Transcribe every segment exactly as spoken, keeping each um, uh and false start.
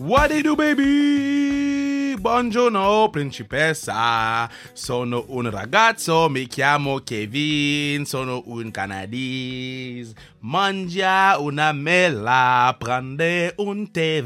What do you do, baby? Buongiorno, principessa. Sono un ragazzo, mi chiamo Kevin. Sono un canadese. Mangia una mela, prende un thé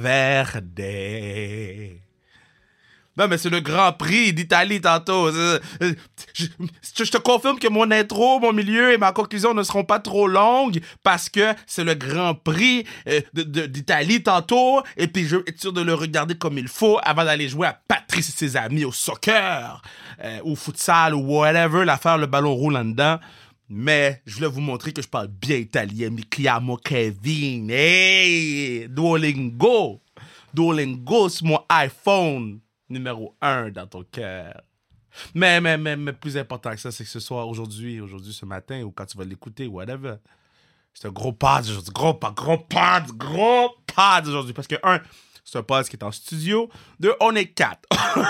verde. Non, mais c'est le Grand Prix d'Italie tantôt. Je, je, je te confirme que mon intro, mon milieu et ma conclusion ne seront pas trop longues parce que c'est le Grand Prix de, de, d'Italie tantôt. Et puis, je veux être sûr de le regarder comme il faut avant d'aller jouer à Patrice et ses amis au soccer, euh, au futsal ou whatever, l'affaire, le ballon roulant dedans. Mais je voulais vous montrer que je parle bien italien. Mi chiamo Kevin. Hey! Duolingo! Duolingo sur mon iPhone. Numéro un dans ton cœur. Mais, mais, mais, mais plus important que ça, c'est que ce soir, aujourd'hui, aujourd'hui, ce matin, ou quand tu vas l'écouter, whatever, c'est un gros pod aujourd'hui. Gros pod, gros pod, gros pod aujourd'hui. Parce que, un, c'est un pod qui est en studio. Deux, on est quatre.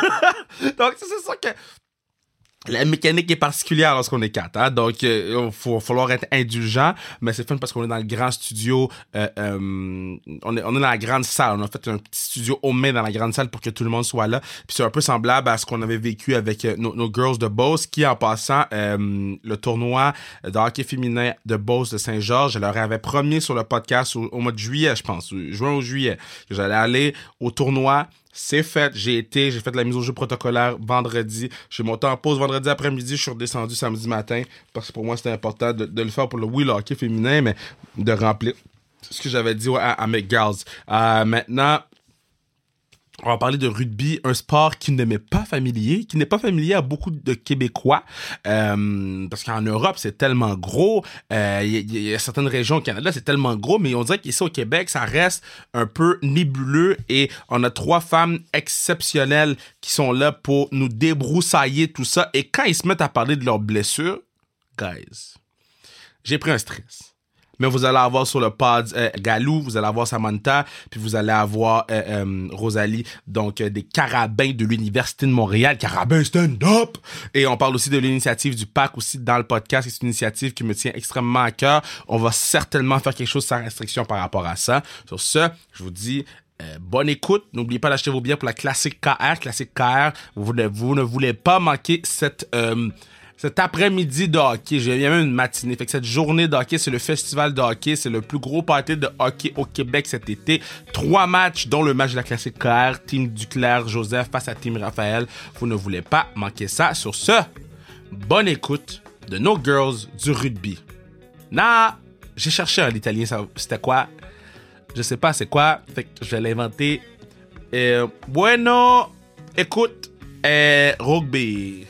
Donc, c'est ça que... La mécanique est particulière lorsqu'on est quatre, hein? Donc, il euh, faut falloir être indulgent, mais c'est fun parce qu'on est dans le grand studio, euh, euh, on, est, on est dans la grande salle, on a fait un petit studio homemade dans la grande salle pour que tout le monde soit là, puis c'est un peu semblable à ce qu'on avait vécu avec euh, nos, nos Girls de Beauce, qui, en passant, euh, le tournoi de hockey féminin de Beauce de Saint-Georges, je leur avais promis sur le podcast au, au mois de juillet, je pense, juin ou juillet, que j'allais aller au tournoi. C'est fait, j'ai été, j'ai fait de la mise au jeu protocolaire vendredi. J'ai monté en pause vendredi après-midi, je suis redescendu samedi matin parce que pour moi c'était important de, de le faire pour le oui, le hockey féminin, mais de remplir ce que j'avais dit à, à mes girls. Euh, maintenant, on va parler de rugby, un sport qui ne m'est pas familier, qui n'est pas familier à beaucoup de Québécois, euh, parce qu'en Europe, c'est tellement gros, il euh, y, y a certaines régions au Canada, c'est tellement gros, mais on dirait qu'ici au Québec, ça reste un peu nébuleux, et on a trois femmes exceptionnelles qui sont là pour nous débroussailler tout ça, et quand ils se mettent à parler de leurs blessures, guys, j'ai pris un stress. Mais vous allez avoir sur le pod euh, Galou, vous allez avoir Samantha, puis vous allez avoir euh, euh, Rosalie, donc euh, des carabins de l'Université de Montréal, carabins stand-up! Et on parle aussi de l'initiative du P A C aussi dans le podcast, c'est une initiative qui me tient extrêmement à cœur. On va certainement faire quelque chose sans restriction par rapport à ça. Sur ce, je vous dis... Euh, bonne écoute. N'oubliez pas d'acheter vos billets pour la Classique K R. Classique K R, vous ne, vous ne voulez pas manquer cette... Euh, Cet après-midi de hockey, j'ai même une matinée. Fait que cette journée de hockey, c'est le festival de hockey. C'est le plus gros party de hockey au Québec cet été. Trois matchs, dont le match de la Classique K R. Team Duclair Joseph face à Team Raphaël. Vous ne voulez pas manquer ça. Sur ce, bonne écoute de nos girls du rugby. Nah, j'ai cherché en italien, ça, c'était quoi? Je sais pas c'est quoi. Fait que je vais l'inventer. Euh, bueno, écoute, euh, rugby.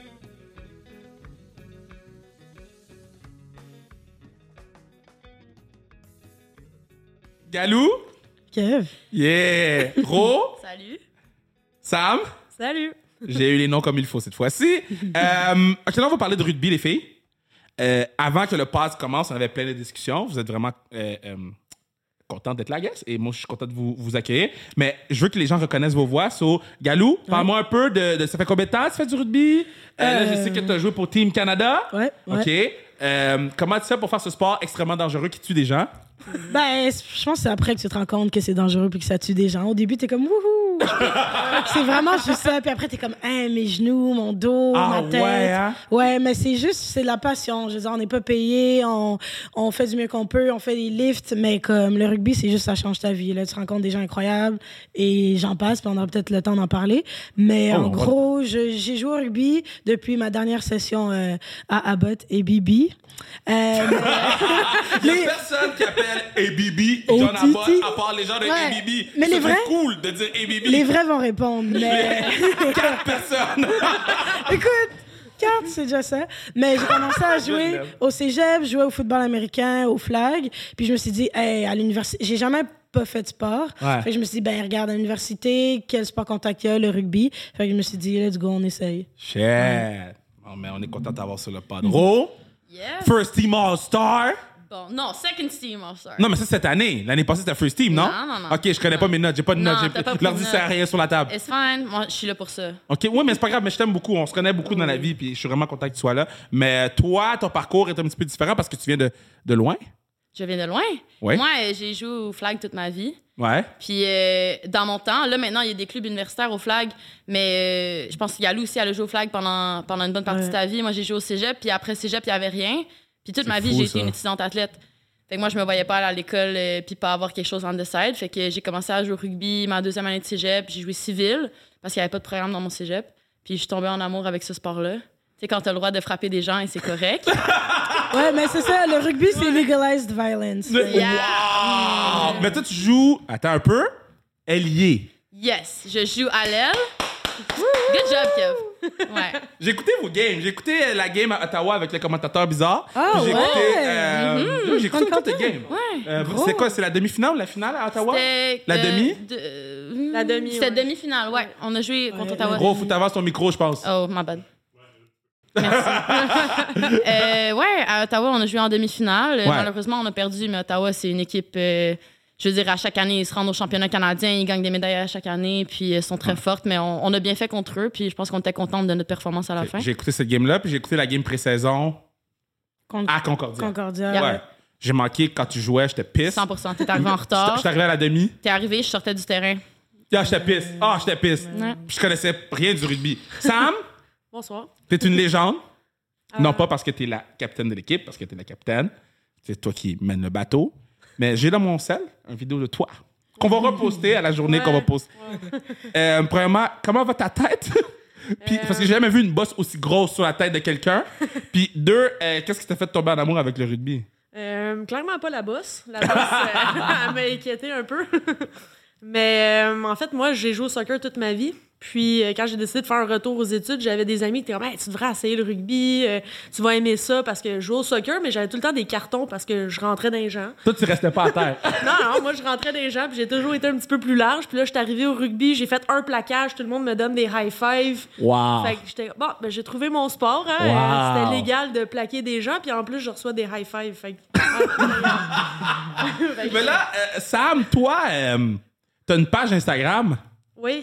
Galou? Kev. Yeah! Ro? Salut. Sam? Salut. J'ai eu les noms comme il faut cette fois-ci. euh, ok, là, on va parler de rugby, les filles. Euh, avant que le pass commence, on avait plein de discussions. Vous êtes vraiment euh, euh, contents d'être là, guys. Et moi, je suis content de vous, vous accueillir. Mais je veux que les gens reconnaissent vos voix. So, Galou, ouais. Parle-moi un peu de, de... Ça fait combien de temps que tu fais du rugby? Euh, euh... Là, je sais que tu as joué pour Team Canada. Ouais. ouais. OK. Euh, comment tu fais pour faire ce sport extrêmement dangereux qui tue des gens? Ben, je pense que c'est après que tu te rends compte que c'est dangereux et que ça tue des gens. Au début, t'es comme wouhou! C'est vraiment juste ça. Puis après, t'es comme, hein, mes genoux, mon dos, ah, ma tête. Ouais, hein? Ouais, mais c'est juste, c'est de la passion. Je veux dire, on n'est pas payé, on, on fait du mieux qu'on peut, on fait des lifts, mais comme le rugby, c'est juste, ça change ta vie. Là, tu rencontres des gens incroyables et j'en passe, puis on aura peut-être le temps d'en parler. Mais oh, en gros, ouais. je, j'ai joué au rugby depuis ma dernière session euh, à Abbott et Bibi. Euh, Il y a les... personne qui appelle A B B John Abbott à part les gens de ouais. A B B. Mais c'est les vrais, cool de dire A B B. Les vrais vont répondre, mais... Quatre personnes. Écoute, quatre, c'est déjà ça. Mais j'ai commencé à jouer au cégep, jouer au football américain, au flag. Puis je me suis dit, hey, à l'université, j'ai jamais pas fait de sport. Ouais. Fait que je me suis dit, ben regarde, à l'université, quel sport contact il y a, le rugby. Fait que je me suis dit, let's go, on essaye. Shit. Ouais. Oh, mais on est content d'avoir sur le pod. Ro? Yeah. First Team All-Star? Bon, non, Second Team All-Star. Non, mais ça, c'est cette année. L'année passée, c'était First Team, non? Non, non, non. OK, je connais non. pas mes notes. J'ai pas de non, notes. J'ai... Pas L'ordi, c'est rien sur la table. It's fine. Moi, je suis là pour ça. OK, oui, mais c'est pas grave. Mais je t'aime beaucoup. On se connaît beaucoup dans la vie. Puis je suis vraiment content que tu sois là. Mais toi, ton parcours est un petit peu différent parce que tu viens de, de loin? Je viens de loin. Ouais. Moi, euh, j'ai joué au flag toute ma vie. Ouais. Puis euh, dans mon temps, là maintenant, il y a des clubs universitaires au flag, mais euh, je pense qu'il y a Lou aussi, elle a joué au flag pendant, pendant une bonne partie Ouais. de ta vie. Moi, j'ai joué au cégep, puis après cégep, il n'y avait rien. Puis toute C'est ma vie, fou, j'ai ça. été une étudiante athlète. Fait que moi, je me voyais pas aller à l'école euh, puis pas avoir quelque chose on the side. Fait que j'ai commencé à jouer au rugby ma deuxième année de cégep. J'ai joué civil parce qu'il n'y avait pas de programme dans mon cégep. Puis je suis tombée en amour avec ce sport-là. Tu sais, quand t'as le droit de frapper des gens et c'est correct. Ouais, mais c'est ça, le rugby, c'est legalized violence. Yeah. Wow! Mais toi, tu joues, attends un peu, ailier. Yes, je joue à l'aile. Good job, Kev. Ouais. J'ai écouté vos games. J'ai écouté euh, la game à Ottawa avec le commentateur bizarre. Ah, Puis j'ai ouais. écouté, euh, oui, j'ai écouté Franck toutes les games. Ouais. Euh, Gros. c'est quoi, c'est la demi-finale ou la finale à Ottawa? C'était, La euh, demi? de- La demi, C'était ouais. demi-finale, ouais. On a joué contre Ouais, Ottawa. Gros, faut t'avoir ton micro, je pense. Oh, my bad. Merci. euh, ouais, à Ottawa, on a joué en demi-finale. Euh, Ouais. Malheureusement, on a perdu, mais Ottawa, c'est une équipe. euh, je veux dire, à chaque année, ils se rendent au championnat canadien, ils gagnent des médailles à chaque année, puis ils sont très fortes, mais on, on a bien fait contre eux, puis je pense qu'on était contente de notre performance à la fin. J'ai écouté cette game-là, puis j'ai écouté la game pré-saison Con- à Concordia. Concordia. Yeah. Ouais. J'ai manqué quand tu jouais, j'étais pisse. cent pour cent. T'es arrivé en J'étais retard. j'étais arrivé à la demi. T'es arrivé, je sortais du terrain. Ah, j'étais pisse. Ah, j'étais pisse. Ouais. Puis je connaissais rien du rugby. Sam, Bonsoir. t'es une légende. Euh, Non pas parce que t'es la capitaine de l'équipe, parce que t'es la capitaine. C'est toi qui mène le bateau. Mais j'ai dans mon sel une vidéo de toi qu'on va reposter à la journée Ouais. qu'on va poster. Euh, premièrement, comment va ta tête? Puis, Euh. parce que j'ai jamais vu une bosse aussi grosse sur la tête de quelqu'un. Puis deux, euh, qu'est-ce qui t'a fait tomber en amour avec le rugby? Euh, clairement pas la bosse. La bosse, euh, elle m'a inquiété un peu. Mais euh, en fait, moi, j'ai joué au soccer toute ma vie. Puis euh, quand j'ai décidé de faire un retour aux études, j'avais des amis qui étaient comme hey, tu devrais essayer le rugby, euh, tu vas aimer ça parce que je joue au soccer, mais j'avais tout le temps des cartons parce que je rentrais dans les gens. Toi, tu restais pas à terre. Non, non, moi je rentrais dans les gens, puis j'ai toujours été un petit peu plus large. Puis là, je suis arrivée au rugby, j'ai fait un plaquage, tout le monde me donne des high five. Wow. Fait que j'étais bon, ben j'ai trouvé mon sport, hein. Wow. Euh, c'était légal de plaquer des gens, puis en plus je reçois des high five. Fait que- Fait que- Mais là, euh, Sam, toi, euh, t'as une page Instagram. Oui.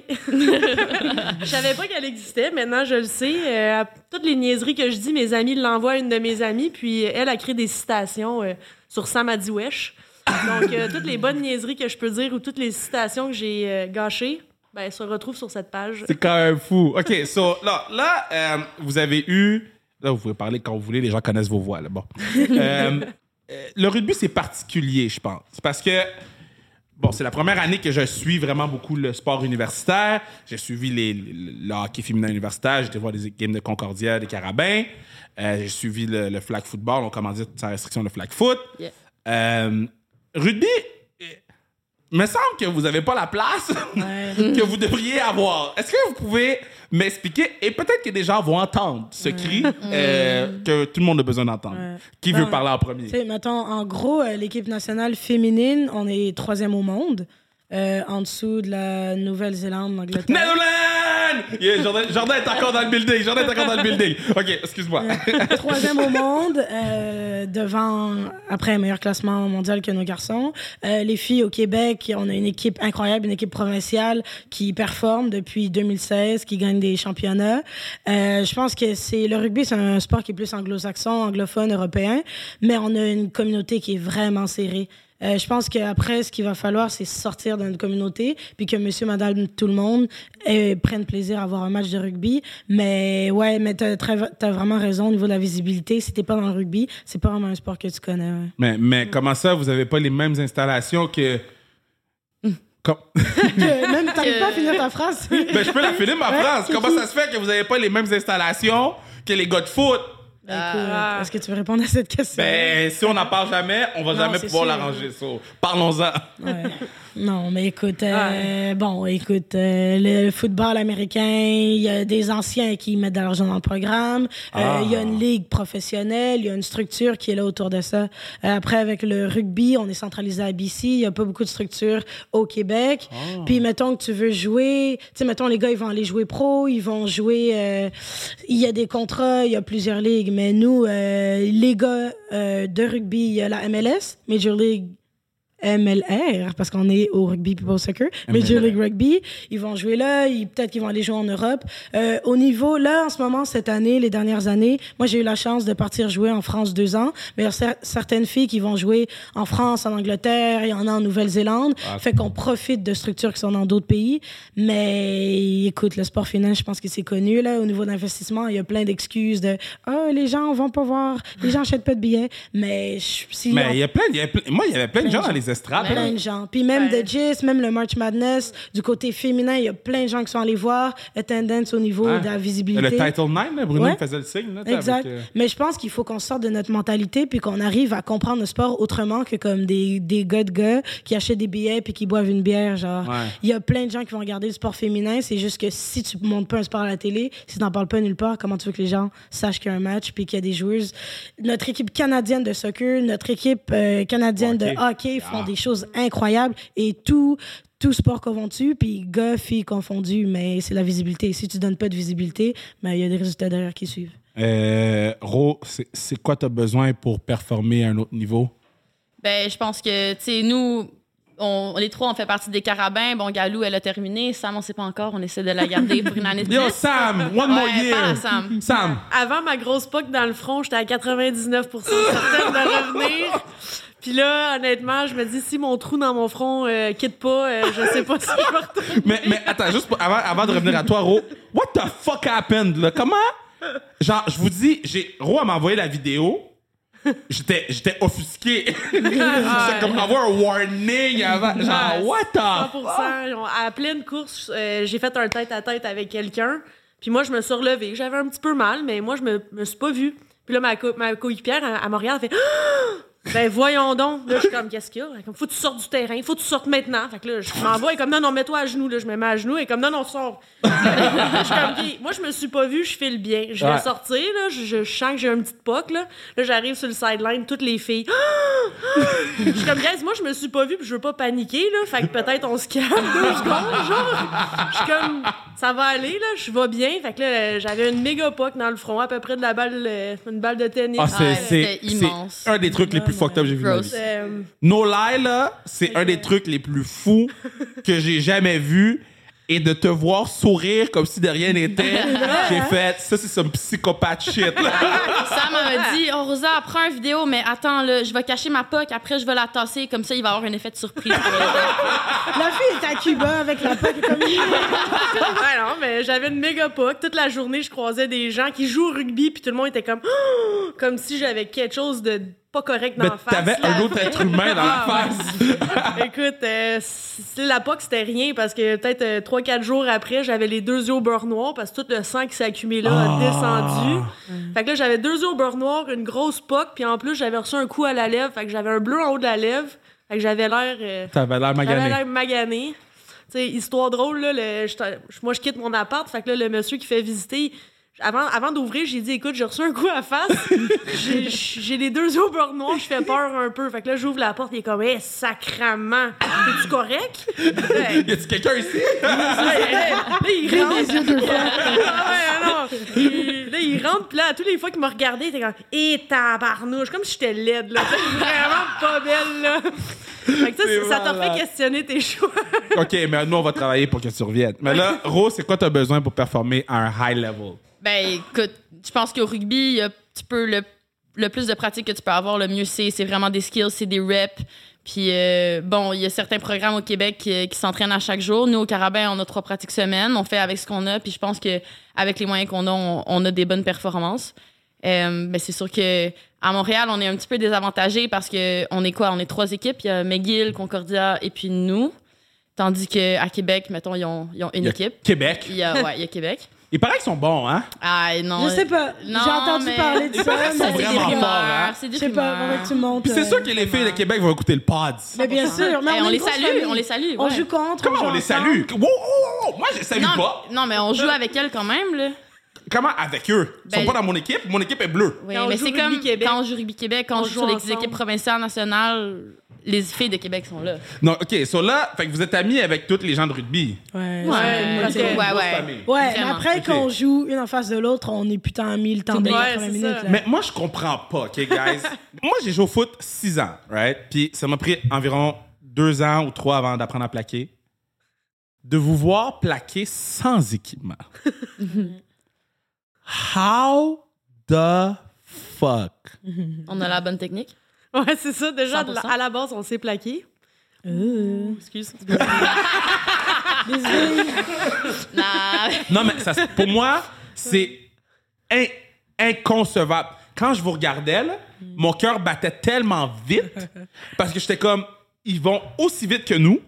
Je savais pas qu'elle existait. Maintenant, je le sais. Euh, toutes les niaiseries que je dis, mes amis l'envoient à une de mes amies, puis elle a créé des citations euh, sur Sam a dit wesh. Donc, euh, toutes les bonnes niaiseries que je peux dire ou toutes les citations que j'ai euh, gâchées, ben, se retrouvent sur cette page. C'est quand même fou. OK, so, là, là euh, vous avez eu... Là, vous pouvez parler quand vous voulez, les gens connaissent vos voix, là. Bon. Euh, euh, le rugby, c'est particulier, je pense. C'est parce que... Bon, c'est la première année que je suis vraiment beaucoup le sport universitaire. J'ai suivi les, les- le hockey féminin universitaire. J'ai été voir des games de Concordia, des Carabins. Euh, j'ai suivi le, le flag football. On commandait sans restriction le flag foot. Yeah. Euh, rugby, euh, me semble que vous n'avez pas la place Ouais. que vous devriez avoir. Est-ce que vous pouvez m'expliquer? Et peut-être que des gens vont entendre ce cri euh, que tout le monde a besoin d'entendre. Ouais. Qui Ben, veut parler en premier? Tu sais, mettons, en gros, euh, l'équipe nationale féminine, on est troisième au monde, euh, en dessous de la Nouvelle-Zélande, l'Angleterre. Netherlands! Yeah, Jordan, Jordan est encore dans le building. Jordan est encore dans le building. OK, excuse-moi. Troisième au monde, euh, devant, après, meilleur classement mondial que nos garçons. Euh, les filles au Québec, on a une équipe incroyable, une équipe provinciale qui performe depuis deux mille seize, qui gagne des championnats. Euh, je pense que c'est le rugby, c'est un sport qui est plus anglo-saxon, anglophone, européen, mais on a une communauté qui est vraiment serrée. Euh, je pense qu'après, ce qu'il va falloir, c'est sortir de notre communauté, puis que monsieur, madame, tout le monde euh, prenne plaisir à voir un match de rugby. Mais ouais, mais t'as, très- t'as vraiment raison au niveau de la visibilité. Si t'es pas dans le rugby, c'est pas vraiment un sport que tu connais. Ouais. mais, mais comment ça, vous n'avez pas les mêmes installations que... Com- Que même, t'arrives pas à finir ta phrase. ben, je peux la finir, ma Ouais, phrase. c'est Comment qui? ça se fait que vous n'avez pas les mêmes installations que les gars de foot? Ben, écoute, est-ce que tu veux répondre à cette question? Ben, si on n'en parle jamais, on va Non, jamais c'est pouvoir sûr. l'arranger. So, parlons-en. Ouais. Non, mais écoute, euh, bon, écoute, euh, le football américain, il y a des anciens qui mettent de l'argent dans le programme. Euh, Ah. Il y a une ligue professionnelle, il y a une structure qui est là autour de ça. Euh, après, avec le rugby, on est centralisé à B C. Il n'y a pas beaucoup de structures au Québec. Puis, mettons que tu veux jouer, tu sais, mettons, les gars, ils vont aller jouer pro, ils vont jouer... euh, il y a des contrats, il y a plusieurs ligues. Mais nous, euh, les gars euh, de rugby, il y a la M L S, Major League M L R, parce qu'on est au Rugby People Soccer, Major League Rugby. Ils vont jouer là, ils, peut-être qu'ils vont aller jouer en Europe. Euh, au niveau, là, en ce moment, cette année, les dernières années, moi, j'ai eu la chance de partir jouer en France deux ans, mais il y a cer- certaines filles qui vont jouer en France, en Angleterre, il y en a en Nouvelle-Zélande. Ah, fait qu'on profite de structures qui sont dans d'autres pays. Mais écoute, le sport féminin, je pense que c'est connu, là, au niveau d'investissement. Il y a plein d'excuses de « Ah, oh, les gens vont pas voir, les gens achètent pas de billets. » Mais si Mais on... il y a plein, il y a plein... Moi, il y avait plein, plein de gens dans les estrades. Plein de gens. Puis même ouais. de G I S, même le March Madness, du côté féminin, il y a plein de gens qui sont allés voir. Attendance au niveau ouais. de la visibilité. Le Title neuf, là, Bruno ouais. faisait le signe. Là, exact. Avec, euh... Mais je pense qu'il faut qu'on sorte de notre mentalité puis qu'on arrive à comprendre le sport autrement que comme des, des gars de gars qui achètent des billets puis qui boivent une bière. Genre, ouais. il y a plein de gens qui vont regarder le sport féminin. C'est juste que si tu montres pas un sport à la télé, si tu n'en parles pas nulle part, comment tu veux que les gens sachent qu'il y a un match puis qu'il y a des joueuses? Notre équipe canadienne de soccer, notre équipe euh, canadienne okay. de hockey font ah. des choses incroyables et tout, tout sport confondu, puis gars, filles confondus, mais c'est la visibilité. Si tu donnes pas de visibilité, ben, il y a des résultats derrière qui suivent. Euh, Ro, c'est, c'est quoi tu as besoin pour performer à un autre niveau? Ben, je pense que, tu sais, nous, on, les trois, on fait partie des Carabins. Bon, Galou, elle a terminé. Sam, on sait pas encore. On essaie de la garder pour une année de plus. Yo, Sam, one more ouais, year. Sam. Sam. Avant ma grosse poque dans le front, j'étais à quatre-vingt-dix-neuf pour cent certaine de revenir. Puis là, honnêtement, je me dis, si mon trou dans mon front euh, quitte pas, euh, je sais pas si je vais retourner. Mais, mais attends, juste pour, avant, avant de revenir à toi, Ro, what the fuck happened, là? Comment? Genre, je vous dis, j'ai, Ro, elle m'a envoyé la vidéo. J'étais, j'étais offusqué. J'étais comme avoir un warning avant. Genre, what the cent pour cent. À pleine course, euh, j'ai fait un tête-à-tête avec quelqu'un. Puis moi, je me suis relevée. J'avais un petit peu mal, mais moi, je me, me suis pas vue. Puis là, ma, co- ma coéquipière, elle, elle me regarde, elle fait « Ben voyons donc! » Là, je suis comme « Qu'est-ce qu'il y a? » Comme « Faut que tu sortes du terrain, faut que tu sortes maintenant. » Fait que là, je m'envoie, elle est comme « Non, non, mets-toi à genoux. » Là, je me mets à genoux, elle est comme « Non, non, sors. » Je suis comme okay, « Moi, je me suis pas vue, je file bien. Je vais ouais. sortir, là, je, je sens que j'ai un petit poc, là. Là, j'arrive sur le sideline, toutes les filles. Je suis comme « Guys, moi, je me suis pas vue, puis je veux pas paniquer, là. Fait que peut-être on se calme deux secondes, genre. » Je suis comme « Ça va aller, là, je vais bien. » Fait que là, j'avais une méga poc dans le front, à peu près de la balle, euh, une balle de tennis. Ah, c'est, ouais, c'est, c'est immense. C'est un des trucs les plus fucked up que j'ai vu de ma vie. Euh... No lie, là, c'est okay. un des trucs les plus fous que j'ai jamais vu. Et de te voir sourire comme si de rien n'était, j'ai fait, ça, c'est some psychopathe shit. Sam m'a dit, oh, Rosa, prends une vidéo, mais attends, là, je vais cacher ma poque, après, je vais la tasser, comme ça, il va y avoir un effet de surprise. La fille est à Cuba avec la poque comme ouais, non, mais j'avais une méga poque. Toute la journée, je croisais des gens qui jouent au rugby, puis tout le monde était comme, oh! Comme si j'avais quelque chose de pas correct dans mais la face. T'avais là. Un autre être humain dans la face. Écoute, euh, la poque, c'était rien parce que peut-être euh, trois quatre jours après, j'avais les deux yeux au beurre noir parce que tout le sang qui s'est accumulé là oh. a descendu. Mm. Fait que là, j'avais deux yeux au beurre noir, une grosse poque, puis en plus, j'avais reçu un coup à la lèvre. Fait que j'avais un bleu en haut de la lèvre. Fait que j'avais l'air... Euh, T'avais l'air magané. J'avais l'air magané. Tu sais, histoire drôle, là, le, je, moi, je quitte mon appart. Fait que là, le monsieur qui fait visiter... Avant, avant d'ouvrir, j'ai dit, écoute, j'ai reçu un coup à face. j'ai, j'ai les deux yeux au beurre noir, je fais peur un peu. Fait que là, j'ouvre la porte, il est comme, hé, hey, sacrement. Es-tu correct? Là, y a-tu quelqu'un ici? là, il rentre. Les yeux deux fois. Ah ouais, non. Il, là, il rentre, puis là, toutes les fois qu'il m'a regardé, il était comme, hé, tabarnouche, comme si j'étais laide, là. Vraiment pas belle, là. Fait que ça, ça t'a fait questionner tes choix. OK, mais nous, on va travailler pour que tu reviennes. Mais là, Rose, c'est quoi t'as besoin pour performer à un high level? Ben, écoute, je pense qu'au rugby, y a, tu peux le, le plus de pratique que tu peux avoir, le mieux c'est. C'est vraiment des skills, c'est des reps. Puis, euh, bon, il y a certains programmes au Québec qui, qui s'entraînent à chaque jour. Nous, au Carabin, on a trois pratiques semaine. On fait avec ce qu'on a. Puis, je pense qu'avec les moyens qu'on a, on, on a des bonnes performances. Euh, ben, c'est sûr que à Montréal, on est un petit peu désavantagé parce qu'on est quoi? On est trois équipes. Il y a McGill, Concordia et puis nous. Tandis qu'à Québec, mettons, ils ont, ils ont une il y a équipe. Québec. Il y a, ouais, il y a Québec. Il paraît qu'ils sont bons, hein? Ah, non. Je sais pas. Non, j'ai entendu mais... parler de ça. Ils sont vraiment forts, hein? C'est des Je sais pas, rumeurs. tu montes. Puis c'est sûr que les filles de Québec vont écouter le pod. Mais bien sûr. Mais hey, on, on les salue, salue, on les salue. On ouais. joue contre. Comment on, on les salue? Wow, wow, wow. Moi, je les salue non, pas. Non, mais on joue avec elles quand même, là. Comment avec eux? Ils ben, sont pas dans mon équipe. Mon équipe est bleue. Oui, mais c'est comme Québec. Quand on joue Rugby Québec, quand on, on joue, joue sur les équipes provinciales, nationales, les filles de Québec sont là. Non, OK. So là, fait que vous êtes amis avec toutes les gens de rugby. Ouais. Ouais, parce que, ouais, ouais. Ouais, mais après, okay. Qu'on joue une en face de l'autre, on est putain amis le temps de quatre-vingts minutes. Là. Mais moi, je comprends pas, OK, guys? Moi, j'ai joué au foot six ans, right? Puis ça m'a pris environ deux ans ou trois avant d'apprendre à plaquer, de vous voir plaquer sans équipement. How the fuck? On a la bonne technique. Ouais, c'est ça. Déjà, de la- cent pour cent. à la base, on s'est plaqué. Euh, Excuse. désolé. Nah. Non, mais ça, c'est- pour moi, c'est in- inconcevable. Quand je vous regardais, là, mon cœur battait tellement vite parce que j'étais comme, ils vont aussi vite que nous.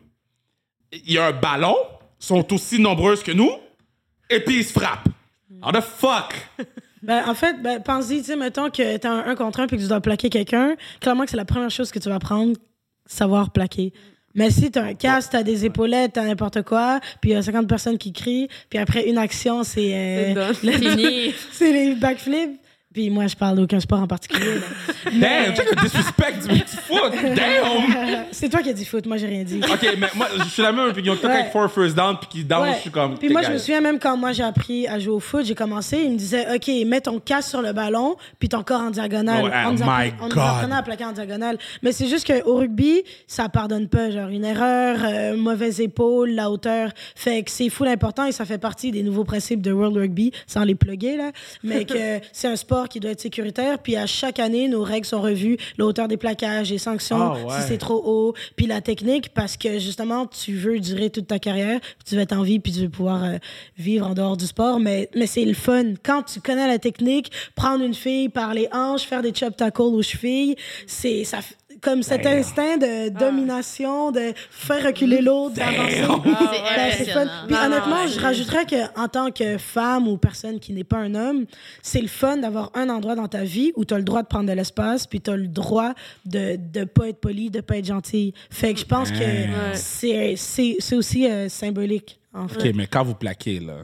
Il y a un ballon, sont aussi nombreuses que nous, et puis ils se frappent. How the fuck? Ben, en fait, ben, pense-y, tu sais, mettons que t'as un un contre un puis que tu dois plaquer quelqu'un, clairement que c'est la première chose que tu vas apprendre, savoir plaquer. Mais si t'as un casque, t'as des épaulettes, t'as n'importe quoi, puis il y a cinquante personnes qui crient, puis après une action, c'est... euh, C'est done. le- Fini. c'est les backflips. Puis moi, je parle d'aucun sport en particulier. là. Damn, check le disrespect du petit foot. Damn! C'est toi qui as dit foot, moi, j'ai rien dit. OK, mais moi, je suis la même opinion que toi, Ouais. avec four first down, puis qui down, Ouais. je suis comme... Puis moi, je t'es me gars. souviens même quand moi j'ai appris à jouer au foot, j'ai commencé, il me disait, OK, mets ton casque sur le ballon, puis ton corps en diagonale. Oh, on nous oh apprenait- my on nous God. apprenait à plaquer en diagonale. Mais c'est juste qu'au rugby, ça pardonne pas. Genre, une erreur, euh, mauvaise épaule, la hauteur. Fait que c'est fou l'important et ça fait partie des nouveaux principes de World Rugby, sans les plugger, là. Mais que c'est un sport qui doit être sécuritaire. Puis à chaque année, nos règles sont revues, la hauteur des plaquages, les sanctions, Ah, ouais. si c'est trop haut, puis la technique, parce que justement, tu veux durer toute ta carrière, puis tu veux être en vie, puis tu veux pouvoir euh, vivre en dehors du sport. Mais, mais c'est le fun. Quand tu connais la technique, prendre une fille par les hanches, faire des chop tackles aux chevilles, c'est ça, f- comme cet Damn. instinct de domination, de faire reculer l'autre, d'avancer. C'est Ben, c'est fun. impressionnant. Puis Non, non, honnêtement, ouais. je rajouterais qu'en tant que femme ou personne qui n'est pas un homme, c'est le fun d'avoir un endroit dans ta vie où tu as le droit de prendre de l'espace, puis tu as le droit de ne pas être poli, de pas être gentil. Fait que je pense que Ouais. c'est, c'est, c'est aussi euh, symbolique, en fait. OK, mais quand vous plaquez, là,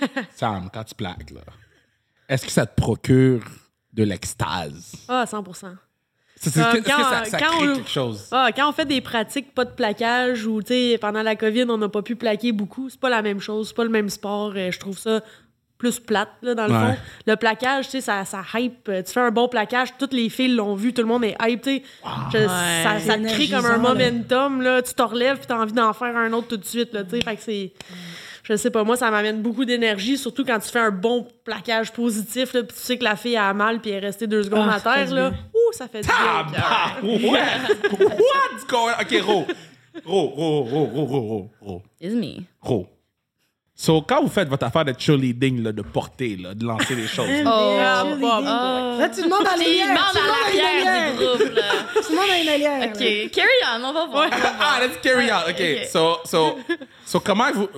Sam, quand tu plaques, là, est-ce que ça te procure de l'extase? Ah, cent pour cent. C'est- c'est- Euh, Est-ce que quand- ça, ça quand crée on- quelque chose? Ah, quand on fait des pratiques, pas de plaquage, ou tu sais, pendant la COVID, on n'a pas pu plaquer beaucoup, c'est pas la même chose, c'est pas le même sport. euh, Je trouve ça plus plate, là, dans le Ouais. fond. Le plaquage, tu sais, ça, ça hype. Euh, Tu fais un bon plaquage, toutes les filles l'ont vu, tout le monde est hype, tu sais. Je- Ça, ça te crée comme un énergisant, là. momentum, là. Tu te relèves, puis t'as envie d'en faire un autre tout de suite, là, tu sais. Fait que c'est... Je sais pas, moi, ça m'amène beaucoup d'énergie, surtout quand tu fais un bon plaquage positif, là, puis tu sais que la fille a mal, puis elle est restée deux secondes Ah, à ça fait terre, du là. bien. Ouh, ça fait du bien. Ah, au cœur. bah, ouais! What's going on? OK, Ro. Ro, Ro, Ro, Ro, Ro, Ro, Ro. It's me. Ro. So, quand vous faites votre affaire de cheerleading, là, de porter, là, de lancer des choses, là, Oh, Ah, cheerleading. Bob. Là, tu demandes à Tu l'allière. demandes Tu à demandes à une l'arrière allière. du groupe, là. Tu demandes à une allière. là. OK, carry on, on va voir. ah, let's carry on. OK, Ok. so, so, so, comment vous...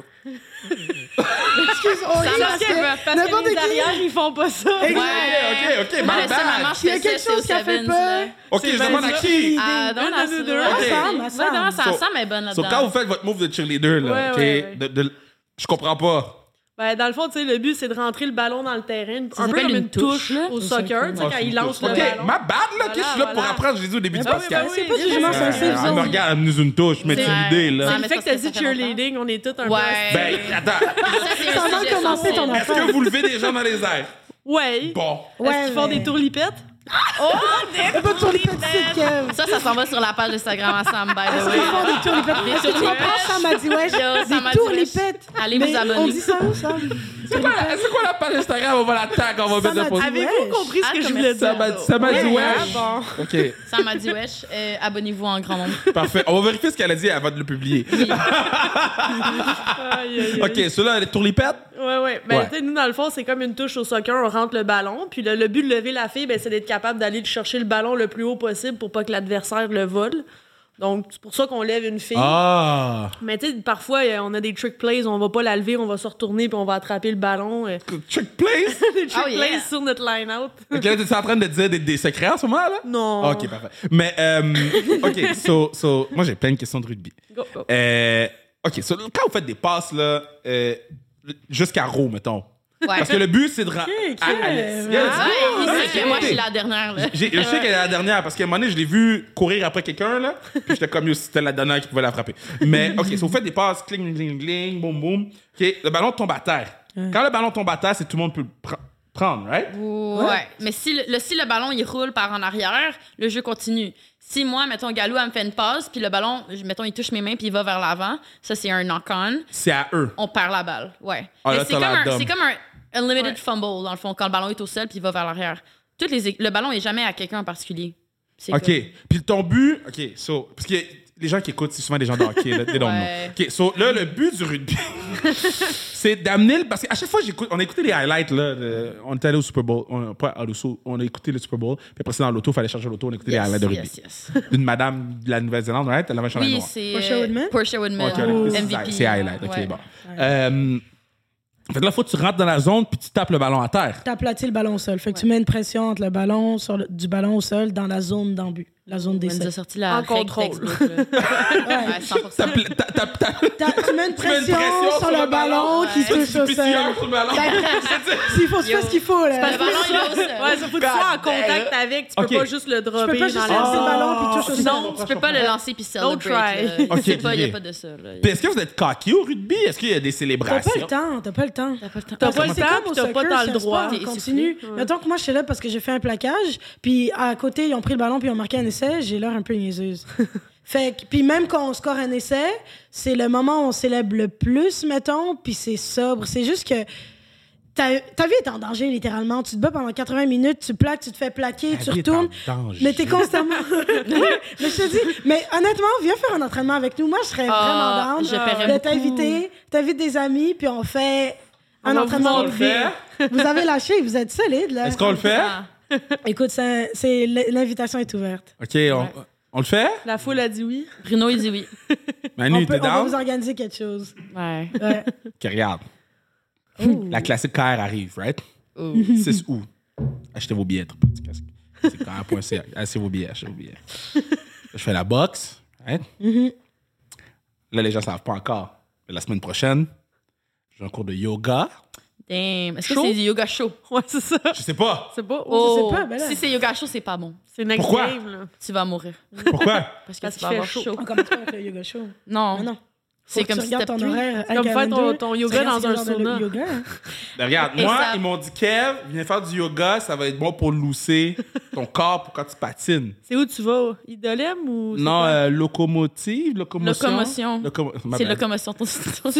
Excuse, on rit Ça parce marche, que Parce n'importe que les qui- arrières, ils font pas ça. Exact. OK, OK, Moi, my le seul moment bad. que je Il y a fais quelque ça, c'est chose au qui a fait Sevens, peur. là. OK, je demande à qui? Ah, donc, Un la de nous deux. Ok. Ouais, Ensemble, ouais, ensemble. non, ça So- ensemble est bonne So, là-dedans. quand vous faites votre move de cheerleader, là, Ouais, OK, ouais, ouais. de- de- je comprends pas. Ben, dans le fond, tu sais, le but, c'est de rentrer le ballon dans le terrain. Ça un peu s'appelle comme une une touche, touche, là. au soccer, tu sais, Ah, quand c'est il une lance touche. le OK, ballon. ma bad, là, OK, je suis là pour Voilà, apprendre, je l'ai dit au début du Ben oui, podcast. ben oui. C'est pas du jugement, c'est un safe Euh, zone. me regarde, amuse une touche, mais tu Ouais. l'idée, là. Ouais, Le mais fait parce que t'as que ça dit fait longtemps. cheerleading, on est tous un Ouais. Ben, attends. Ça, c'est Ça un va sujet commencer sensible. ton Est-ce que vous levez des gens dans les airs? peu. Ouais. Bon. Ouais, Est-ce qu'ils font mais- des tourlipettes? Oh, des Pas de tourlipettes, Kev. Ça, ça s'en va sur la page Instagram à Sam, by the Est-ce way. qu'ils font des tourlipettes? Des Est-ce que tu tourlipettes. comprends, Sam m'a dit, ouais, Yo, Sam a des dit, tourlipettes. Allez vous Mais abonner. on dit ça où, Sam? C'est quoi, la- c'est quoi la page Instagram? On va la tag, on va mettre m'a la pause. dit- Avez-vous Wesh. compris ce Ah, que je comme voulais Ça dire? m'a ça m'a dit Ouais, ouais. ah, bon. OK, Sam m'a dit, wesh, euh, abonnez-vous en grand nombre. parfait. On va vérifier ce qu'elle a dit avant de le publier. Aïe, aïe, aïe. OK, ceux-là, les tourlipettes? Ouais, ouais. Ben, Ouais. tu sais, nous, dans le fond, c'est comme une touche au soccer, on rentre le ballon. Puis le, le but de lever la fille, ben, c'est d'être capable d'aller chercher le ballon le plus haut possible pour pas que l'adversaire le vole. Donc, c'est pour ça qu'on lève une fille. Ah! Mais tu sais, parfois, euh, on a des trick plays, on va pas la lever, on va se retourner puis on va attraper le ballon. euh. Trick place? des trick Oh, yeah. plays sur notre line-out. OK, là, t'es en train de dire des, des secrets en ce moment, là? Non. OK, parfait. Mais, euh, OK, so, so, moi, j'ai plein de questions de rugby. Go, go. Euh, OK, so, quand vous faites des passes, là, euh, jusqu'à Rowe, mettons. Ouais. Parce que le but, c'est de... ra- Ok, à- à- ouais. Yeah, Ah, il Non, sait mais que moi, je suis écoutez, la dernière, là. j'ai- Je sais qu'elle est la dernière parce qu'à un moment donné, je l'ai vu courir après quelqu'un, là. Puis j'étais comme, yo, c'était la dernière qui pouvait la frapper. Mais, OK, so vous faites des passes, cling, cling, cling, boum, boum. OK, le ballon tombe à terre. Quand le ballon tombe à terre, c'est tout le monde peut le, pre- prendre, right? Ouais. ouais. Mais si le, le, si le ballon, il roule par en arrière, le jeu continue. Si moi, mettons, Galou, elle me fait une passe, puis le ballon, mettons, il touche mes mains, puis il va vers l'avant, ça, c'est un knock-on. C'est à eux. On perd la balle, ouais. Ah, Mais là, c'est, t'as comme l'air un, dumb. c'est comme un unlimited Ouais. fumble, dans le fond, quand le ballon est au sol, puis il va vers l'arrière. Toutes les, le ballon est jamais à quelqu'un en particulier. C'est OK. comme... Puis ton but... OK, so... Parce que les gens qui écoutent, c'est souvent des gens de hockey. Là, they don't Ouais. know. OK, so là, le but du rugby, c'est d'amener... Le... Parce qu'à chaque fois, j'écoute... On a écouté les highlights, là. de- On était allé au Super Bowl. On, pas à l'Osso, on a écouté le Super Bowl. Puis après, c'est dans l'auto, il fallait charger l'auto. On a écouté les Yes, highlights de rugby. yes, yes. D'une madame de la Nouvelle-Zélande, right? Elle avait un chandail Oui, noir. c'est... Portia euh, Woodman? Portia Woodman. OK, on a- M V P. c'est c'est highlight. OK, Ouais. bon. Euh, fait que là, faut que tu rentres dans la zone puis tu tapes le ballon à terre. T'aplatis le ballon au sol. Fait que tu mets une pression entre le ballon, sur le- du ballon au sol dans la zone d'embut, la zone On nous a d'essai. sorti la En règle contrôle. textbook, là. Ouais, cent pour cent. T'as- t'as- t'as- t'as- T'as- Tu mets une Tu mets une pression, pression sur le ballon qui ouais. touche au Puis tu sol. yeux sur le ballon. S'il faut, tu fais ce qu'il faut, là. Le ballon, il est au sol. Ouais, ça faut que tu sois en contact avec. Tu peux Ok. pas juste le dropper peux pas juste dans lancer la le zone. ballon puis touche au sol. Sinon, tu peux pas le lancer puis Don't celebrate. try. là. Ok, C'est pas, il y a ok. pas de ça. Là. Puis est-ce que vous êtes cocky au rugby? Est-ce qu'il y a des T'as célébrations? pas le temps, t'as pas le temps. T'as pas le temps. T'as pas le C'est temps, comme puis au t'as pas soccer, dans c'est le un droit. sport T'es continu. essoufflé. Ouais. Mettons que moi, je suis là parce que j'ai fait un plaquage, puis à côté, ils ont pris le ballon, puis ils ont marqué un essai, j'ai l'air un peu niaiseuse. Fait que, puis même quand on score un essai, c'est le moment où on célèbre le plus, mettons, puis c'est sobre. C'est juste que ta, ta vie est en danger, littéralement. Tu te bats pendant quatre-vingts minutes, tu plaques, tu te fais plaquer, tu retournes. Mais t'es constamment. mais je te dis, mais honnêtement, viens faire un entraînement avec nous. Moi, je serais Ah, vraiment je down paierais de beaucoup. t'inviter. T'invites des amis, puis on fait un On va entraînement On de le rugby. fait? Vous avez lâché, vous êtes solide, là. Est-ce qu'on le fait? Ah. Écoute, c'est, c'est- l'invitation est ouverte. OK, on, on le fait? La foule a dit oui. Bruno, il dit oui. Manu, On, peut, t'es on va down? vous organiser quelque chose. Ouais. Ouais. OK, regarde. La classique K R arrive, right? Oh. six août. Achetez vos billets. Petit casque. C'est K R point C A. Achetez vos billets, achetez vos billets. Je fais la boxe, right? Là, les gens ne savent pas encore. Mais la semaine prochaine, j'ai un cours de yoga. Damn. Est-ce que Chaud? c'est du yoga chaud? Ouais, c'est ça. Je sais pas. C'est pas. Oh, sais pas, ben là. si c'est yoga chaud, c'est pas bon. C'est next Pourquoi? game, là. Tu vas mourir. Pourquoi? Parce que Parce tu qu'il vas fait avoir chaud. chaud. On commence pas avec le yoga show. Non. Ah non. C'est Faut que comme tu si regardes t'as ton plus. horaire. C'est comme faire ton, ton yoga dans un sauna. Yoga, hein. Ben, regarde, Et moi, ça- ils m'ont dit, Kev, viens faire du yoga, ça va être bon pour lousser ton corps pour quand tu patines. C'est où tu vas? Idolem ou. c'est Non, quoi? euh, locomotive, locomotion. Locomotion. Locomo- ma C'est bad. locomotion. Ton, ton...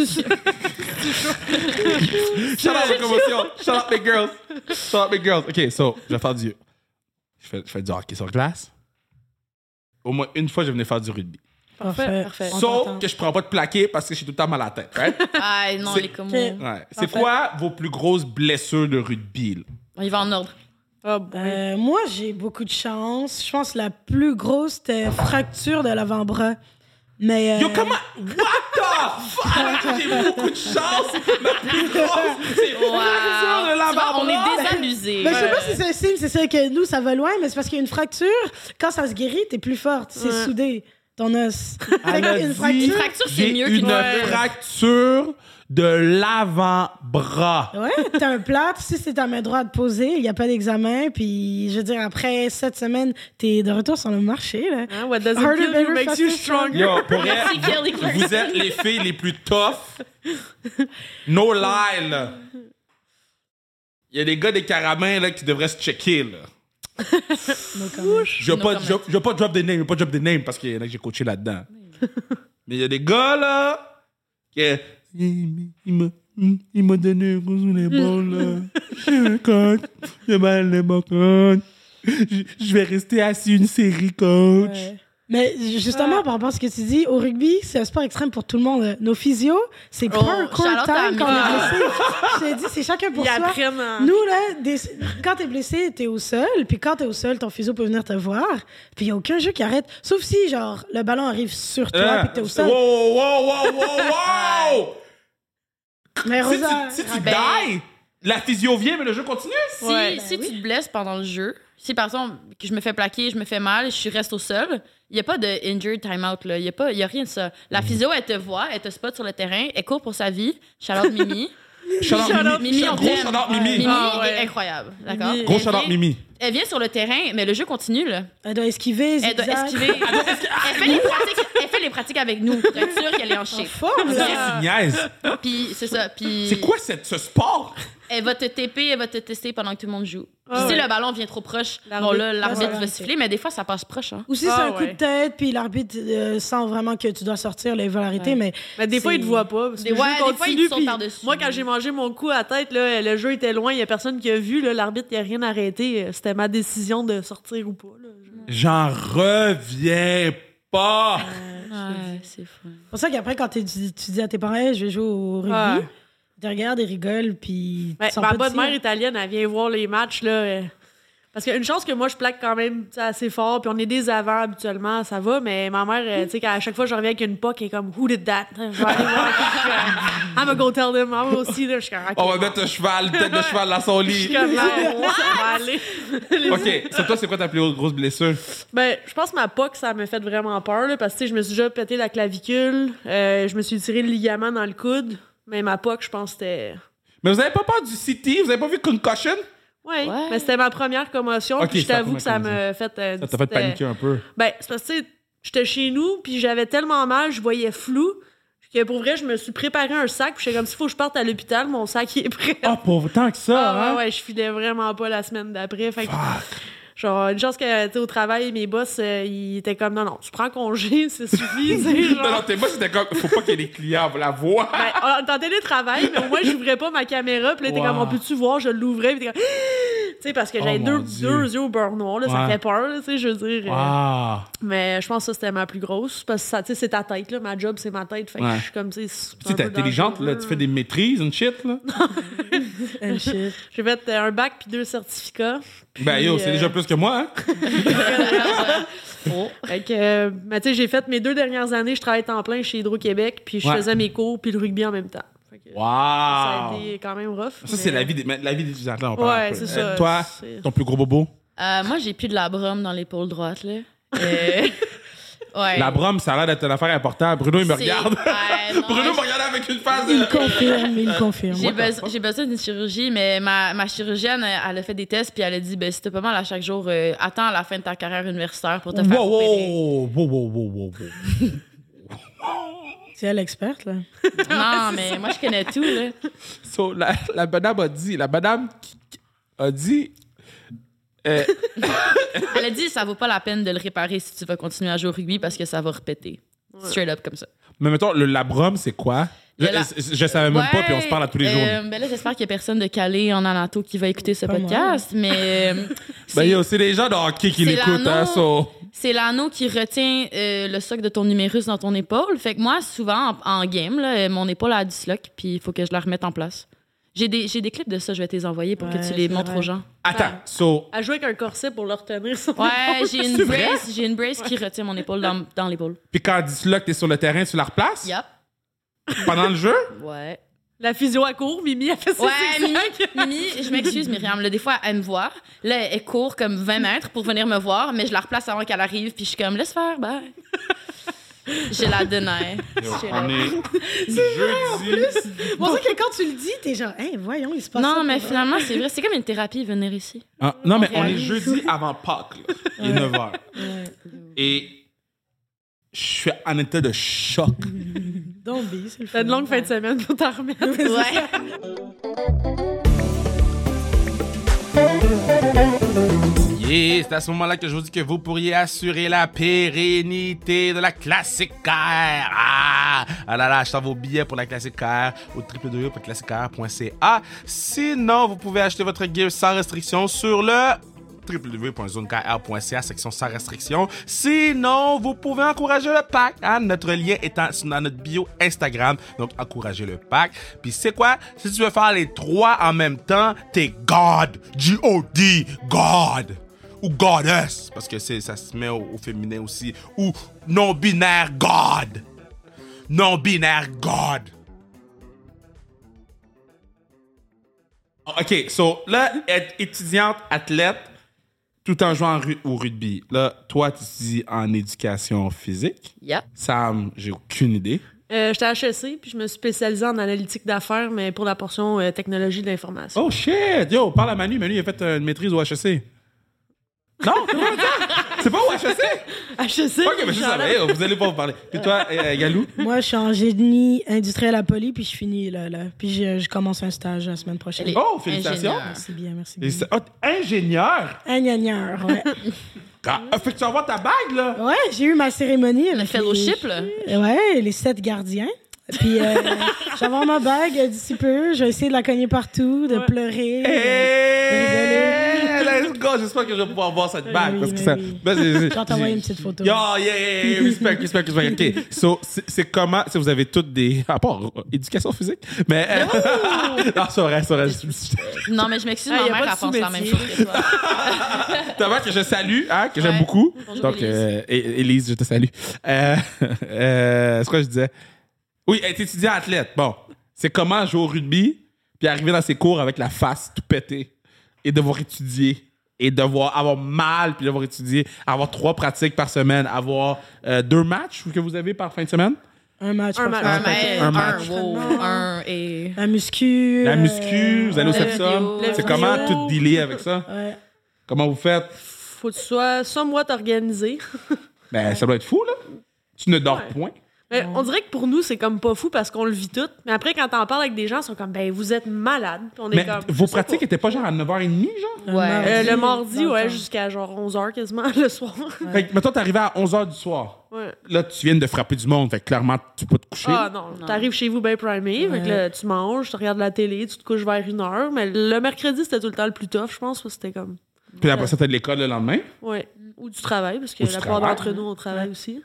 Shout out locomotion. Shout out my girls. Shout out my girls. OK, so, je vais faire du... Je fais, je fais du hockey sur glace. Au moins une fois, je venais faire du rugby. Parfait. Parfait. On Sauf t'entend. que je prends pas de plaqué parce que j'ai tout le temps mal à la tête, right? Ah non, C'est- les comos. Ok. Ouais. C'est Parfait. quoi vos plus grosses blessures de rugby, là? On y va en ordre. Ah, bon. Euh, moi, j'ai beaucoup de chance. Je pense que la plus grosse, c'était fracture de l'avant-bras. Mais. euh, Yo, comment... What the fuck? J'ai beaucoup de chance. Ma plus grosse, c'est Wow. fracture de Tu vois, l'avant-bras. on est désabusés. Ben, je sais pas si c'est un signe, c'est sûr que nous, ça va loin, mais c'est parce qu'il y a une fracture. Quand ça se guérit, t'es plus forte. C'est Ouais. soudé, ton os. Fait Elle a qu'une dit, Une fracture. fracture, c'est J'ai mieux une qu'une fracture de l'avant-bras. Ouais, t'as un plâtre. Si c'est ta main droite posée, il n'y a pas d'examen. Puis, je veux dire, après sept semaines, t'es de retour sur le marché, là. Hein, what doesn't Harder, kill you better, makes you faster, stronger. Yo, pour vrai, Merci, Kelly Clarkson. vous êtes les filles les plus tough. No lie, là. Il y a des gars des caramins là, qui devraient se checker, là. No comment. Je vais No pas, comment. je, je vais pas drop des names, je vais pas drop des names parce qu'il y en a que j'ai coaché là-dedans. Mais il y a des gars, là, qui... Il, il m'a il m'a donné un coup sur l'épaule, là. J'ai un coach. J'ai mal les bras, coach. Je, je vais rester assis une série, coach. Ouais. Mais justement, par rapport à ce que tu dis, au rugby, c'est un sport extrême pour tout le monde. Nos physios, c'est Oh, parkour shout out à time quand on est Myriam. blessé. Je te dis, c'est chacun pour Ils soi. apprennent en- Nous, là, des- quand t'es blessé, t'es au sol. Puis quand t'es au sol, ton physio peut venir te voir. Puis il a aucun jeu qui arrête. Sauf si, genre, le ballon arrive sur toi Hein? puis que t'es au sol. Wow, wow, wow, wow, wow! Mais Si Rosa... tu, si tu Ben- die, la physio vient, mais le jeu continue. Si, Ouais. si Ben tu te blesses pendant le jeu, si par exemple que je me fais plaquer, je me fais mal, je reste au sol, il n'y a pas de injured timeout. Il n'y a, pas- y a rien de ça. La physio, elle te voit, elle te spot sur le terrain, elle court pour sa vie. Shout-out Mimi. Shout out Mimi. Mimi, on Gros t'aime. shout out Mimi. Mimi Ah, ouais. est incroyable. D'accord? Mimi. Gros Elle shout out vient- Mimi. Elle vient sur le terrain, mais le jeu continue. Là. Elle doit esquiver, Elle doit zigzag. esquiver. Elle fait, les pratiques, elle fait les pratiques avec nous pour être sûre qu'elle est en shape. Forme, là. Tu niaises. Puis c'est ça. Puis C'est quoi cette, ce sport? Elle va te T P, elle va te tester pendant que tout le monde joue. Puis Ah si ouais. le ballon vient trop proche, L'arbitre- bon là, l'arbitre Ouais, va ouais. siffler, mais des fois, ça passe proche. Hein. Ou si Ah, c'est un coup ouais. de tête, puis l'arbitre euh, sent vraiment que tu dois sortir, là, il va l'arrêter, Ouais. mais... Mais des fois, c'est- ils te voient pas. Parce que Des- le jeu ouais, des fois, continue, ils te sautent puis par-dessus. Moi, quand j'ai mangé mon coup à tête, là, le jeu était loin, il y a personne qui a vu. Là, l'arbitre, il a rien arrêté. C'était ma décision de sortir ou pas. Là. J'en reviens pas. Ouais, c'est fou. C'est pour ça qu'après, quand t'es- tu, tu dis à tes parents, hey, je vais jouer au rugby, Ouais. ils te regardent, ils rigolent, puis... Ouais, tu sens ma pas bonne de mère dire. italienne, elle vient voir les matchs. Là, euh, parce qu'une chance que moi, je plaque quand même tu sais, assez fort, puis on est des avants habituellement, ça va, mais ma mère, euh, tu sais, à chaque fois, je reviens avec une poque, elle est comme, who did that? Je vais aller voir. I'm gonna go tell them, I'm aussi. Là, je suis comme, OK. On va mettre un cheval, tête de cheval dans son Je lit. suis comme, ouais, on va aller. OK, c'est toi, c'est quoi ta plus haute grosse blessure? Ben, je pense que ma P O C, ça m'a fait vraiment peur, là, parce que tu sais, je me suis déjà pété la clavicule, euh, je me suis tiré le ligament dans le coude, mais ma P O C, je pense que c'était... Mais vous avez pas peur du C T? Vous avez pas vu Concussion? Ouais, Ouais. mais c'était ma première commotion, Ok, puis je c'est la t'avoue que ça première m'a fait... euh, Ça t'a fait petite, euh, paniquer un peu. Ben, c'est parce que, tu sais, j'étais chez nous, puis j'avais tellement mal, je voyais flou, que pour vrai, je me suis préparé un sac, puis j'étais comme, s'il faut que je parte à l'hôpital, mon sac, il est prêt. Oh, pour tant que ça, Ah, hein? ouais, ouais, je filais vraiment pas la semaine d'après. Fait que, genre, une chance que, tu sais, au travail, mes boss, euh, ils étaient comme, non, non, tu prends congé, ça suffit, tu sais, genre. Non, non, t'es moi, c'était comme, faut pas que les clients la voient. Ben, on était en télétravail, mais au moins, j'ouvrais pas ma caméra, puis là, t'es Wow. comme, on peut-tu voir, je l'ouvrais, puis t'es comme, tu sais, parce que Oh, j'avais mon deux, Dieu. deux yeux au beurre noir, là, ça Ouais. fait peur, là, tu sais, je veux dire. euh, Wow. Mais je pense que ça, c'était ma plus grosse, parce que ça, tu sais, c'est ta tête, là, ma job, c'est ma tête, fait que Ouais. je suis comme, tu sais, c'est Tu sais, un t'es peu intelligente, là, dangereux. tu fais des maîtrises, une shit, là. And shit. J'ai fait euh, un bac puis deux certificats. Puis, Ben, yo, c'est euh, déjà plus que moi, hein? Oh. Fait que, euh, mais tu sais, j'ai fait mes deux dernières années, je travaillais temps plein chez Hydro-Québec, puis je Ouais. faisais mes cours puis le rugby en même temps. Fait que, Wow. ça a été quand même rough. Ça, c'est mais- la vie des, la vie des étudiants, là, on parle Ouais, un peu. c'est ça. toi, C'est- ton plus gros bobo? Euh, moi, j'ai plus de la brume dans l'épaule droite, là. Euh, ouais. La brome, ça a l'air d'être une affaire importante. Bruno, il me C'est- regarde. Ouais, non, Bruno je- me regarde avec une face Il de... confirme, il confirme. J'ai besoin, j'ai besoin d'une chirurgie, mais ma, ma chirurgienne, elle, elle a fait des tests, puis elle a dit, ben, si t'as pas mal à chaque jour, euh, attends à la fin de ta carrière universitaire pour te faire Wow, opérer. wow, wow, wow, wow, wow, wow. C'est elle l'experte, là. Non, mais moi, je connais tout, là. So, la, la madame a dit, la madame qui- qui a dit, euh, Elle a dit, ça vaut pas la peine de le réparer si tu vas continuer à jouer au rugby parce que ça va répéter. Straight up, comme ça. mais mettons, le labrum, c'est quoi? Je, Le la- je, je savais même pas, puis on se parle à tous les jours. Euh, ben là, j'espère qu'il y a personne de calé en anato qui va écouter ce Pas moi. podcast, mais euh, Ben, c'est- yo, c'est les gens de hockey qui c'est l'écoutent, hein, l'anneau. so... c'est l'anneau qui retient euh, le soc de ton numérus dans ton épaule. Fait que moi, souvent, en, en game, là, euh, mon épaule a disloc, puis il faut que je la remette en place. J'ai des, j'ai des clips de ça, je vais te les envoyer pour Ouais, que tu les c'est montres vrai. aux gens. Attends, so... Elle jouait avec un corset pour le retenir. son Ouais, épaule. j'ai une C'est vrai? brace, j'ai une brace qui retient mon épaule dans, dans l'épaule. Puis quand elle dit là que t'es sur le terrain, tu la replaces? Yup. Pendant le jeu? Ouais. La physio à court, Mimi a fait ça. Ouais, Mimi, Mimi, je m'excuse, Myriam. Là, des fois, elle me voit. Là, elle court comme vingt mètres pour venir me voir, mais je la replace avant qu'elle arrive, puis je suis comme, laisse faire, bye. J'ai la donnée. On est jeudi. Bon, c'est que quand tu le dis, t'es genre, hey, voyons, il se passe ça Non, mais pour finalement, c'est vrai. C'est comme une thérapie, venir ici. Ah, non, mais on est réalise. jeudi avant Pâques. Là. Il est neuf heures. Et je suis en état de choc. Donc, B, c'est le T'as une longue fin de semaine pour t'en remettre. Ouais. Yeah, c'est à ce moment-là que je vous dis que vous pourriez assurer la pérennité de la Classique Car. Ah, ah là là, achetez vos billets pour la Classique Car au w w w point classic car point c a. Sinon, vous pouvez acheter votre gear sans restriction sur le w w w point zone k r point c a, section sans restriction. Sinon, vous pouvez encourager le pack. Hein? Notre lien est en- dans notre bio Instagram. Donc, encouragez le pack. Puis, c'est quoi? Si tu veux faire les trois en même temps, t'es God. G O D. God. Ou Goddess. Parce que c'est, ça se met au, au féminin aussi. Ou non-binaire God. Non-binaire God. OK, so là, être étudiante, athlète, tout en jouant ru- au rugby. Là, toi, tu étudies en éducation physique. Yep. Sam, j'ai aucune idée. Euh, J'étais à H E C, puis je me suis spécialisée en analytique d'affaires, mais pour la portion euh, technologie de l'information. Oh shit! Yo, parle à Manu. Manu, il a fait euh, une maîtrise au H E C. Non, c'est pas ça. C'est C'est pas au H E C? H E C. Ok, mais je savais, vous allez pas vous parler. Puis toi, euh, Galou? Moi, je suis en génie industriel à Poly, puis je finis là. là. Puis je, je commence un stage la semaine prochaine. Elle est Oh, félicitations. ingénieure. Merci bien, merci Et bien. c'est- oh, ingénieur? Ingénieur, ouais. Ah, fait que tu vas avoir ta bague, là? Ouais, j'ai eu ma cérémonie. Le avec fellowship, là. les... Ouais, les sept gardiens. Puis, euh, je vais avoir ma bague euh, d'ici peu. Je vais essayer de la cogner partout, de Ouais. pleurer. Hey, let's go! J'espère que je vais pouvoir voir cette bague. oui, parce que mais ça. oui. Ben, j'ai- Je vais t'envoyer j'ai- une petite photo. Yo, yeah, yeah, yeah, respect, respect, respect. OK. So, c'est c'est comment, si vous avez toutes des, à part euh, éducation physique, mais, euh, non, c'est vrai, c'est vrai. Non, mais je m'excuse, Ah, y a ma pas mère, de elle pense la même sous-métier. chose que toi. T'as vu que je salue, hein, que j'aime Ouais. beaucoup. Bonjour, Donc, Élise. euh, É- Élise, je te salue. Euh, euh, c'est quoi je disais? Oui, être étudiant athlète. Bon, c'est comment jouer au rugby, puis arriver dans ses cours avec la face tout pétée, et devoir étudier, et devoir avoir mal, puis devoir étudier, avoir trois pratiques par semaine, avoir euh, deux matchs que vous avez par fin de semaine. Un match. Un par match. fin. Un, mais, un un, match. wow, un et... La muscu. La euh, muscu, vous allez au ouais. septum. vidéo. C'est Le comment vidéo. tout dealer avec ça? Ouais. Comment vous faites? Faut que tu sois somewhat organisé. Ben, ça doit être fou, là. Tu ne dors Ouais. point. Mais on dirait que pour nous, c'est comme pas fou parce qu'on le vit tout. Mais après, quand t'en parles avec des gens, ils sont comme, ben, vous êtes malades. Puis on est Mais comme, vos je sais pratiques pas. étaient pas genre à neuf heures trente, genre? Ouais. Euh, le Dans mardi, le ouais, temps. jusqu'à genre onze heures quasiment le soir. Fait que, mettons, t'arrivais à onze heures du soir. Ouais. Là, tu viens de frapper du monde. Fait que clairement, tu peux te coucher. Ah non, Non. t'arrives chez vous bien primé, fait que Ouais. là, tu manges, tu regardes la télé, tu te couches vers une heure. Mais le mercredi, c'était tout le temps le plus tough, je pense, parce que c'était comme, Puis après ça, t'as de l'école le lendemain. ouais, ou du travail, parce que Ou la du plupart travail. d'entre nous, on travaille aussi.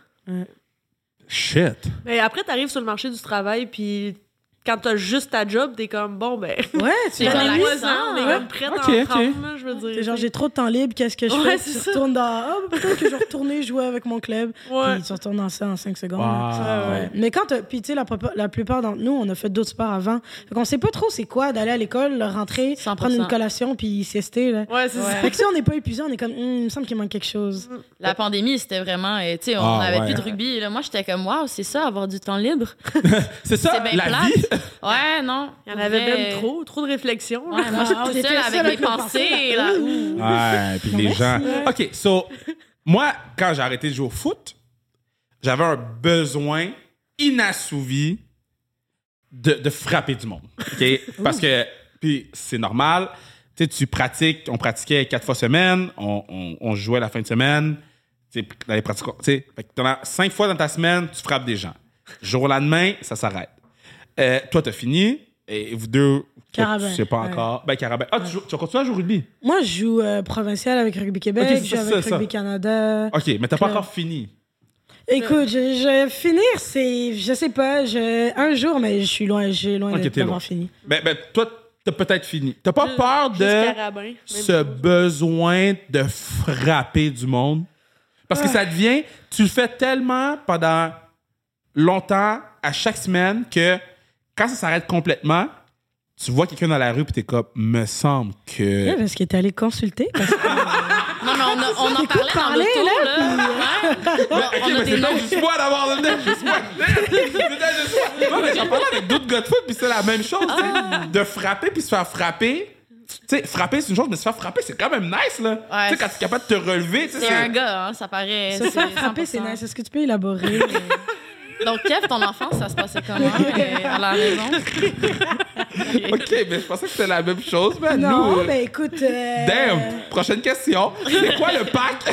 Shit. Mais après, t'arrives sur le marché du travail, puis quand t'as juste ta job, t'es comme, bon, ben, Ouais, tu C'est vas relaxant, allez-moi-en, on est ouais. comme prêt Ok, d'en ok. prendre, là, je veux dire. T'es genre, j'ai trop de temps libre, qu'est-ce que je Ouais, fais? c'est Tu ça. retournes dans. Ah, peut-être que je vais retourner jouer avec mon club. Ouais. Puis tu retournes dans ça en cinq secondes. Wow. Ouais. Mais quand t'as- puis tu sais, la, prépa- la plupart d'entre nous, on a fait d'autres sports avant. Fait qu'on sait pas trop c'est quoi d'aller à l'école, rentrer, cent pour prendre une cent. collation, puis siester. Là. Ouais, c'est ça. Fait que si on n'est pas épuisé, on est comme, Hum, il me semble qu'il manque quelque chose. La pandémie, c'était vraiment... euh, Tu sais, on Ah, avait ouais. plus de rugby. Là. Moi, j'étais comme, waouh, c'est ça, avoir du temps libre. C'est ça, C'est bien la plate. vie. Ouais, non. Il y en avait Vrai. même trop, trop de réflexion. Ouais, moi, je suis Ah, on toute était seule seule avec avec mes nos pensées. pensées, Là. là. Ouh. Ouais, puis les gens. OK, so, moi, quand j'ai arrêté de jouer au foot, j'avais un besoin inassouvi de, de frapper du monde. OK? Parce que, puis c'est normal. Tu sais, tu pratiques, on pratiquait quatre fois semaine, on, on, on jouait la fin de semaine. Tu sais, dans les pratiques, tu sais, fait que t'en as cinq fois dans ta semaine, tu frappes des gens. Jour au lendemain, ça s'arrête. Euh, toi, t'as fini, et vous deux, toi, Carabin, tu sais pas ouais. encore. Ben, Carabin. Ah, tu, joues- tu vas continuer à jouer au rugby? Moi, je joue euh, provincial avec Rugby Québec, Ok, c'est je joue ça, avec c'est ça. Rugby Canada. OK, mais t'as pas Club. encore fini. Écoute, je, je finir, c'est, je sais pas, je, un jour, mais je suis loin, j'ai loin Ok, d'être- t'es d'avoir loin. fini. Ben, ben, toi, t'as peut-être fini. T'as pas peur Juste de carabin, même ce chose. besoin de frapper du monde? Parce que ça devient, tu le fais tellement pendant longtemps, à chaque semaine, que quand ça s'arrête complètement, tu vois quelqu'un dans la rue, puis t'es comme, me semble Ouais, que. parce que t'es allé consulter. Parce que, Non, mais on, a- on en parlait dans parler, l'auto, là, là. Ouais. On, Ok, on a mais des c'est noms. peut-être juste moi d'avoir le juste moi. C'est peut-être juste moi. Non, mais j'en parlais avec d'autres gars de foot, puis c'est la même chose, tu sais. De frapper, puis se faire frapper. Tu sais, frapper, c'est une chose, mais se faire frapper, c'est quand même nice, là. Ouais, tu sais, quand tu es capable de te relever, tu sais. C'est un gars, hein, ça paraît. se c'est faire frapper, c'est cent pour cent. nice. Est-ce que tu peux élaborer? Donc, Kev, ton enfance, ça se passait comment euh, à la maison? OK, mais je pensais que c'était la même chose, mais non, nous... euh, mais écoute. euh, Damn! Prochaine question. C'est quoi le pack?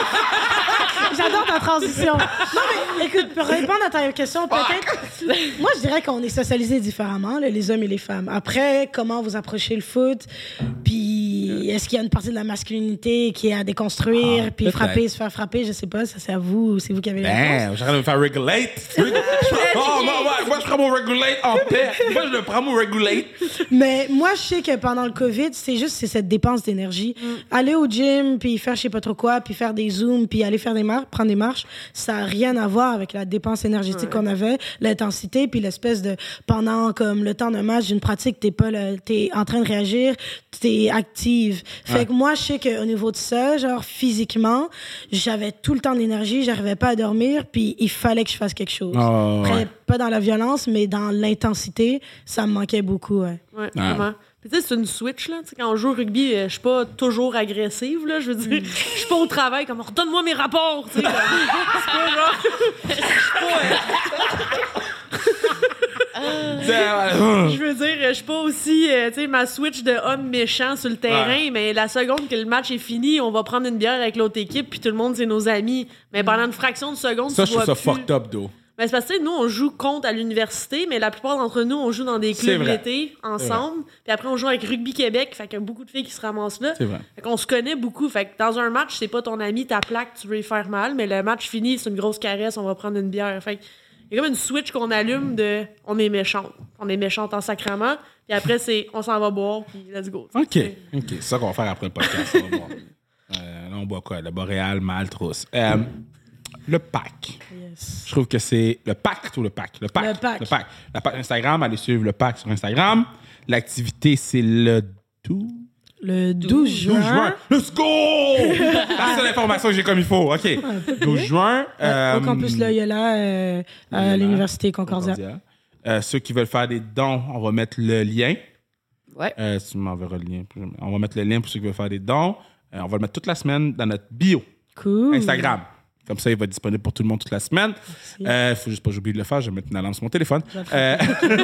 J'adore ta transition. Non, mais écoute, pour répondre à ta question, peut-être. Moi, je dirais qu'on est socialisés différemment, là, les hommes et les femmes. Après, comment vous approchez le foot? Puis, est-ce qu'il y a une partie de la masculinité qui est à déconstruire? Ah, puis, peut-être. frapper, se faire frapper, je sais pas, ça c'est à vous ou c'est vous qui avez la réponse? Damn, j'arrête de me faire regulate. Oh, moi, moi, moi, je prends mon regulate en paix. Moi, je le prends mon regulate. Mais moi, je sais que pendant le COVID, c'est juste c'est cette dépense d'énergie. Aller au gym, puis faire je sais pas trop quoi, puis faire des zooms, puis aller faire des marches, prendre des marches, ça n'a rien à voir avec la dépense énergétique qu'on avait, l'intensité, puis l'espèce de... Pendant comme le temps d'un match, d'une pratique, t'es pas là, t'es en train de réagir, t'es active. Fait Ouais. que moi, je sais qu'au niveau de ça, genre physiquement, j'avais tout le temps d'énergie, j'arrivais pas à dormir, puis il fallait que je fasse quelque chose. Oh, Après, ouais. pas dans la violence, mais dans l'intensité, ça me manquait beaucoup, ouais. Ouais, Ah. vraiment. Puis tu sais, c'est une switch, là. T'sais, quand on joue au rugby, je suis pas toujours agressive, là. Je veux dire, je suis pas au travail comme « Redonne-moi mes rapports! » Tu sais, comme... c'est pas genre... Je suis pas... Je veux dire, je suis pas aussi, euh, tu sais, ma switch de homme méchant sur le terrain, ouais. mais la seconde que le match est fini, on va prendre une bière avec l'autre équipe, puis tout le monde, c'est nos amis. Mais pendant une fraction de seconde, ça, tu je trouve ça plus... fucked up, though. Ben, c'est parce que nous, on joue contre à l'université, mais la plupart d'entre nous, on joue dans des clubs l'été, ensemble. Puis après, on joue avec Rugby Québec, fait qu'il y a beaucoup de filles qui se ramassent là. C'est vrai. Fait qu'on se connaît beaucoup. Fait que dans un match, c'est pas ton ami, ta plaque, tu veux lui faire mal, mais le match fini, c'est une grosse caresse, on va prendre une bière. Fait il y a comme une switch qu'on allume de on est méchante. On est méchante en sacrament. Puis après, c'est on s'en va boire, puis let's go. OK. OK. C'est ça qu'on va faire après le podcast. On va boire. Euh, là, on boit quoi? Le Boréal, Malte, Rousse. Euh, le pack. Yes. Je trouve que c'est le pack ou le pack? Le pack. Le pack. Le pack. Le pack Instagram, allez suivre le pack sur Instagram. L'activité, c'est le douze... Le douze juin. douze juin. Let's go! C'est seule information que j'ai comme il faut. OK. douze juin. Euh, Au campus Loyola, euh, à l'Université Concordia. Concordia. Euh, ceux qui veulent faire des dons, on va mettre le lien. Ouais. Euh, tu m'enverras le lien. On va mettre le lien pour ceux qui veulent faire des dons. Euh, on va le mettre toute la semaine dans notre bio. Cool. Instagram. Comme ça, il va être disponible pour tout le monde toute la semaine. Il euh, faut juste pas que j'oublie de le faire. Je vais mettre une alarme sur mon téléphone. Euh,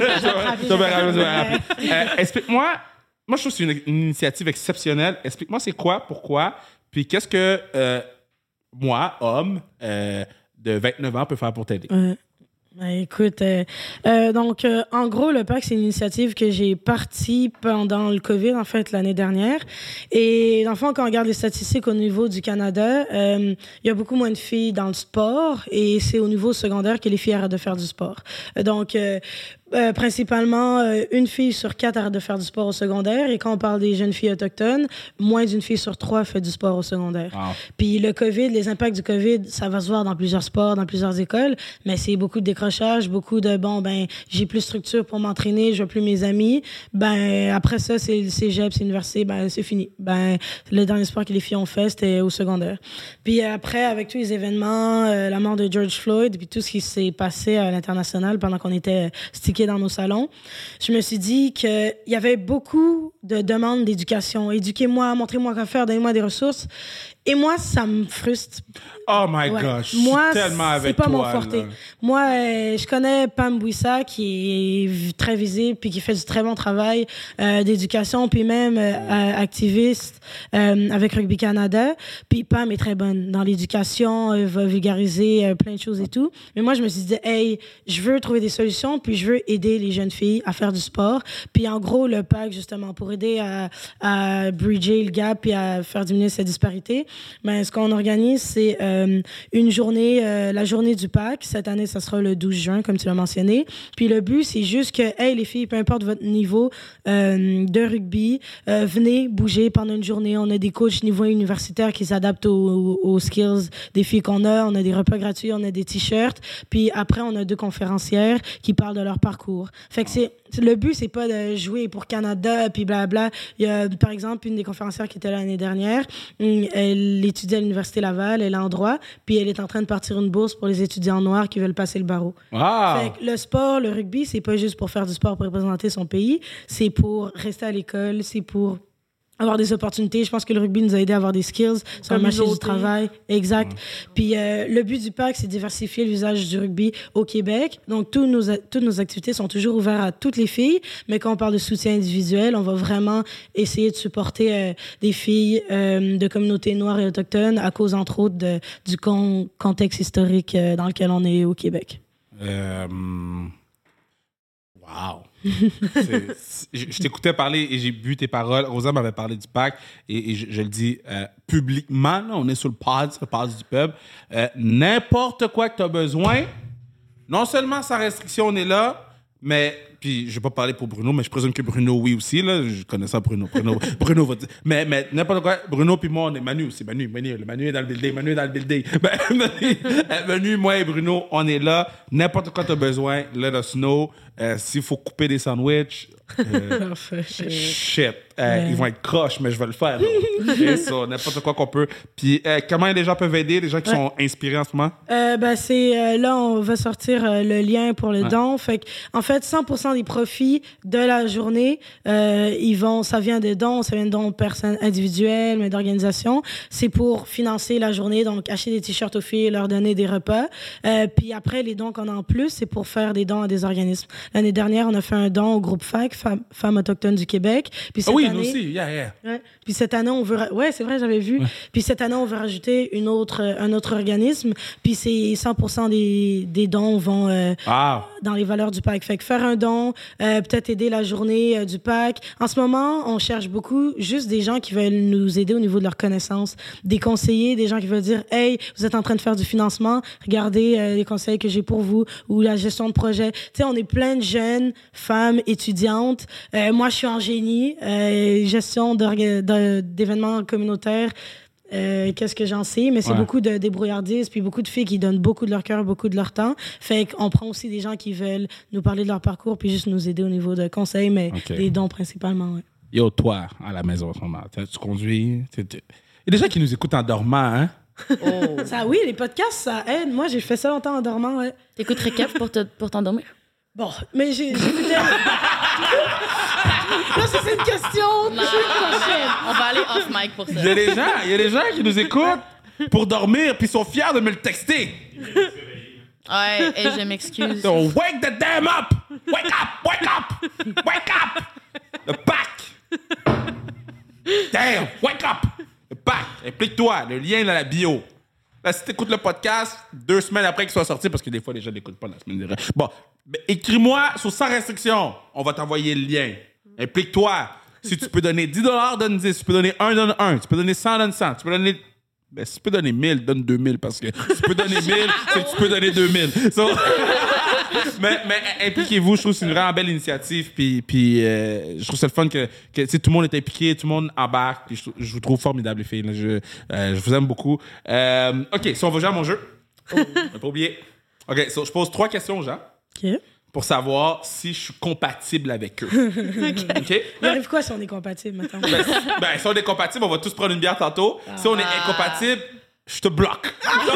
euh, explique-moi. Moi, je trouve que c'est une, une initiative exceptionnelle. Explique-moi c'est quoi, pourquoi, puis qu'est-ce que euh, moi, homme euh, de vingt-neuf ans, peut faire pour t'aider. Euh, ben, écoute, euh, euh, donc, euh, en gros, le PAC, c'est une initiative que j'ai partie pendant le COVID, en fait, l'année dernière. Et, dans le fond, quand on regarde les statistiques au niveau du Canada, euh, il y a beaucoup moins de filles dans le sport et c'est au niveau secondaire que les filles arrêtent de faire du sport. Donc, euh, Euh, principalement, euh, une fille sur quatre arrête de faire du sport au secondaire. Et quand on parle des jeunes filles autochtones, moins d'une fille sur trois fait du sport au secondaire. Wow. Puis le COVID, les impacts du COVID, ça va se voir dans plusieurs sports, dans plusieurs écoles, mais c'est beaucoup de décrochage, beaucoup de, bon, ben, j'ai plus de structure pour m'entraîner, je vois plus mes amis. Ben, après ça, c'est le cégep, c'est l'université, ben, c'est fini. Ben, le dernier sport que les filles ont fait, c'était au secondaire. Puis après, avec tous les événements, euh, la mort de George Floyd, puis tout ce qui s'est passé à l'international pendant qu'on était stickés dans nos salons, je me suis dit qu'il y avait beaucoup de demandes d'éducation. Éduquez-moi, montrez-moi quoi faire, donnez-moi des ressources. Et moi, ça me frustre. Oh my ouais. gosh, je suis moi, tellement avec toi. Moi, c'est pas mon forté. Moi, euh, je connais Pam Bouissa, qui est très visible puis qui fait du très bon travail euh, d'éducation, puis même euh, activiste euh, avec Rugby Canada. Puis Pam est très bonne dans l'éducation, elle va vulgariser euh, plein de choses et tout. Mais moi, je me suis dit, hey, je veux trouver des solutions, puis je veux aider les jeunes filles à faire du sport. Puis en gros, le PAC, justement, pour aider à, à bridger le gap puis à faire diminuer cette disparité, ben, ce qu'on organise, c'est euh, une journée, euh, la journée du PAC. Cette année, ça sera le douze juin, comme tu l'as mentionné. Puis le but, c'est juste que, hey, les filles, peu importe votre niveau euh, de rugby, euh, venez bouger pendant une journée. On a des coachs niveau universitaire qui s'adaptent aux, aux, aux skills des filles qu'on a. On a des repas gratuits, on a des t-shirts. Puis après, on a deux conférencières qui parlent de leur parcours. Fait que c'est, le but, c'est pas de jouer pour Canada, puis blabla. Il y a, par exemple, une des conférencières qui était là l'année dernière. Elle étudie à l'Université Laval, elle est en droit, puis elle est en train de partir une bourse pour les étudiants noirs qui veulent passer le barreau. Wow. Fait que le sport, le rugby, c'est pas juste pour faire du sport pour représenter son pays, c'est pour rester à l'école, c'est pour avoir des opportunités. Je pense que le rugby nous a aidé à avoir des skills sur le marché du travail. Exact. Mmh. Puis euh, le but du PAC, c'est de diversifier l'usage du rugby au Québec. Donc, tous nos, toutes nos activités sont toujours ouvertes à toutes les filles. Mais quand on parle de soutien individuel, on va vraiment essayer de supporter euh, des filles euh, de communautés noires et autochtones à cause, entre autres, de, du con- contexte historique euh, dans lequel on est au Québec. Euh... Wow! c'est, c'est, je, je t'écoutais parler et j'ai bu tes paroles. Rosa m'avait parlé du PAC et, et je, je le dis euh, publiquement. Là, on est sur le pod, sur le pod du pub. Euh, n'importe quoi que tu as besoin, non seulement sans restriction, on est là, mais. Puis, je ne vais pas parler pour Bruno, mais je présume que Bruno, oui aussi. Là, je connais ça, Bruno. Bruno, Bruno va dire. Mais, mais n'importe quoi, Bruno puis moi, on est Manu. C'est Manu, Manu. Le Manu est dans le building. Manu est dans le building. Ben, Manu, Manu, moi et Bruno, on est là. N'importe quoi tu as besoin, let us know. Euh, s'il faut couper des sandwichs, euh, shit. Euh, ouais. Ils vont être croches, mais je vais le faire. Okay, so, n'importe quoi qu'on peut. Puis, euh, comment les gens peuvent aider, les gens qui ouais. sont inspirés en ce moment? Euh, ben, c'est, euh, là, on va sortir euh, le lien pour le ouais. don. Fait que, en fait, cent pour cent des profits de la journée, euh, ils vont, ça vient de dons, ça vient de dons personnes individuelles, mais d'organisations. C'est pour financer la journée, donc acheter des t-shirts aux filles, leur donner des repas. Euh, puis après, les dons qu'on a en plus, c'est pour faire des dons à des organismes. L'année dernière, on a fait un don au groupe F A C, Femmes, Femmes autochtones du Québec. Puis cette Ah oui, année, nous aussi, yeah, yeah. Ouais. Puis cette année, on veut... ra- Ouais, c'est vrai, j'avais vu. Ouais. Puis cette année, on veut rajouter une autre, euh, un autre organisme. Puis c'est cent pour cent des, des dons vont euh, Ah. dans les valeurs du P A C. Fait que faire un don, euh, peut-être aider la journée euh, du P A C. En ce moment, on cherche beaucoup juste des gens qui veulent nous aider au niveau de leurs connaissances. Des conseillers, des gens qui veulent dire « Hey, vous êtes en train de faire du financement, regardez euh, les conseils que j'ai pour vous » ou la gestion de projet. Tu sais, on est plein de jeunes femmes étudiantes. Euh, moi, je suis en génie, euh, gestion d'orga- de- d'événements communautaires. Euh, qu'est-ce que j'en sais, mais c'est Ouais. beaucoup de débrouillardises, puis beaucoup de filles qui donnent beaucoup de leur cœur, beaucoup de leur temps. Fait qu'on prend aussi des gens qui veulent nous parler de leur parcours, puis juste nous aider au niveau de conseils, mais Ok. des dons principalement. Ouais. Yo, toi, à la maison en ce moment, tu tu conduis. tu- tu- Il y a des gens qui nous écoutent en dormant, hein? Oh. Ça, oui, les podcasts, ça aide. Moi, j'ai fait ça longtemps en dormant, ouais. T'écoutes Récap pour, te, pour t'endormir? Bon, mais j'ai... j'ai Là, ça, c'est une question. Non, on va aller off mic pour ça. Il y a des gens, il y a des gens qui nous écoutent pour dormir, puis sont fiers de me le texter. Ouais, et je m'excuse. So, wake the damn up! Wake up! Wake up! Wake up! Le pack! Damn! Wake up! Le pack! Implique-toi. Le lien est dans la bio. Là, si t'écoutes le podcast, deux semaines après qu'il soit sorti, parce que des fois, les gens ne l'écoutent pas la semaine dernière. Bon, ben, écris-moi sur Sans restriction. On va t'envoyer le lien. Implique-toi. Si tu peux donner dix dollars, donne dix. Si tu peux donner un, donne un. Tu peux donner cent, donne cent. Tu peux donner... Ben, si tu peux donner mille, donne deux mille, parce que si tu peux donner mille, c'est que tu peux donner deux mille. So... mais, mais impliquez-vous, je trouve que c'est une vraiment belle initiative. Puis, puis euh, je trouve ça le fun que, que tu sais, tout le monde est impliqué, tout le monde embarque. Puis je, je vous trouve formidable, les filles. Là. Je, euh, je vous aime beaucoup. Euh, OK, si on va jouer à mon jeu. Oh, on n'a pas oublié. OK, so, je pose trois questions aux gens OK. pour savoir si je suis compatible avec eux. OK? Il arrive quoi si on est compatible, maintenant? Ben, si- ben, si on est compatible, on va tous prendre une bière tantôt. Si on est incompatible, je te bloque.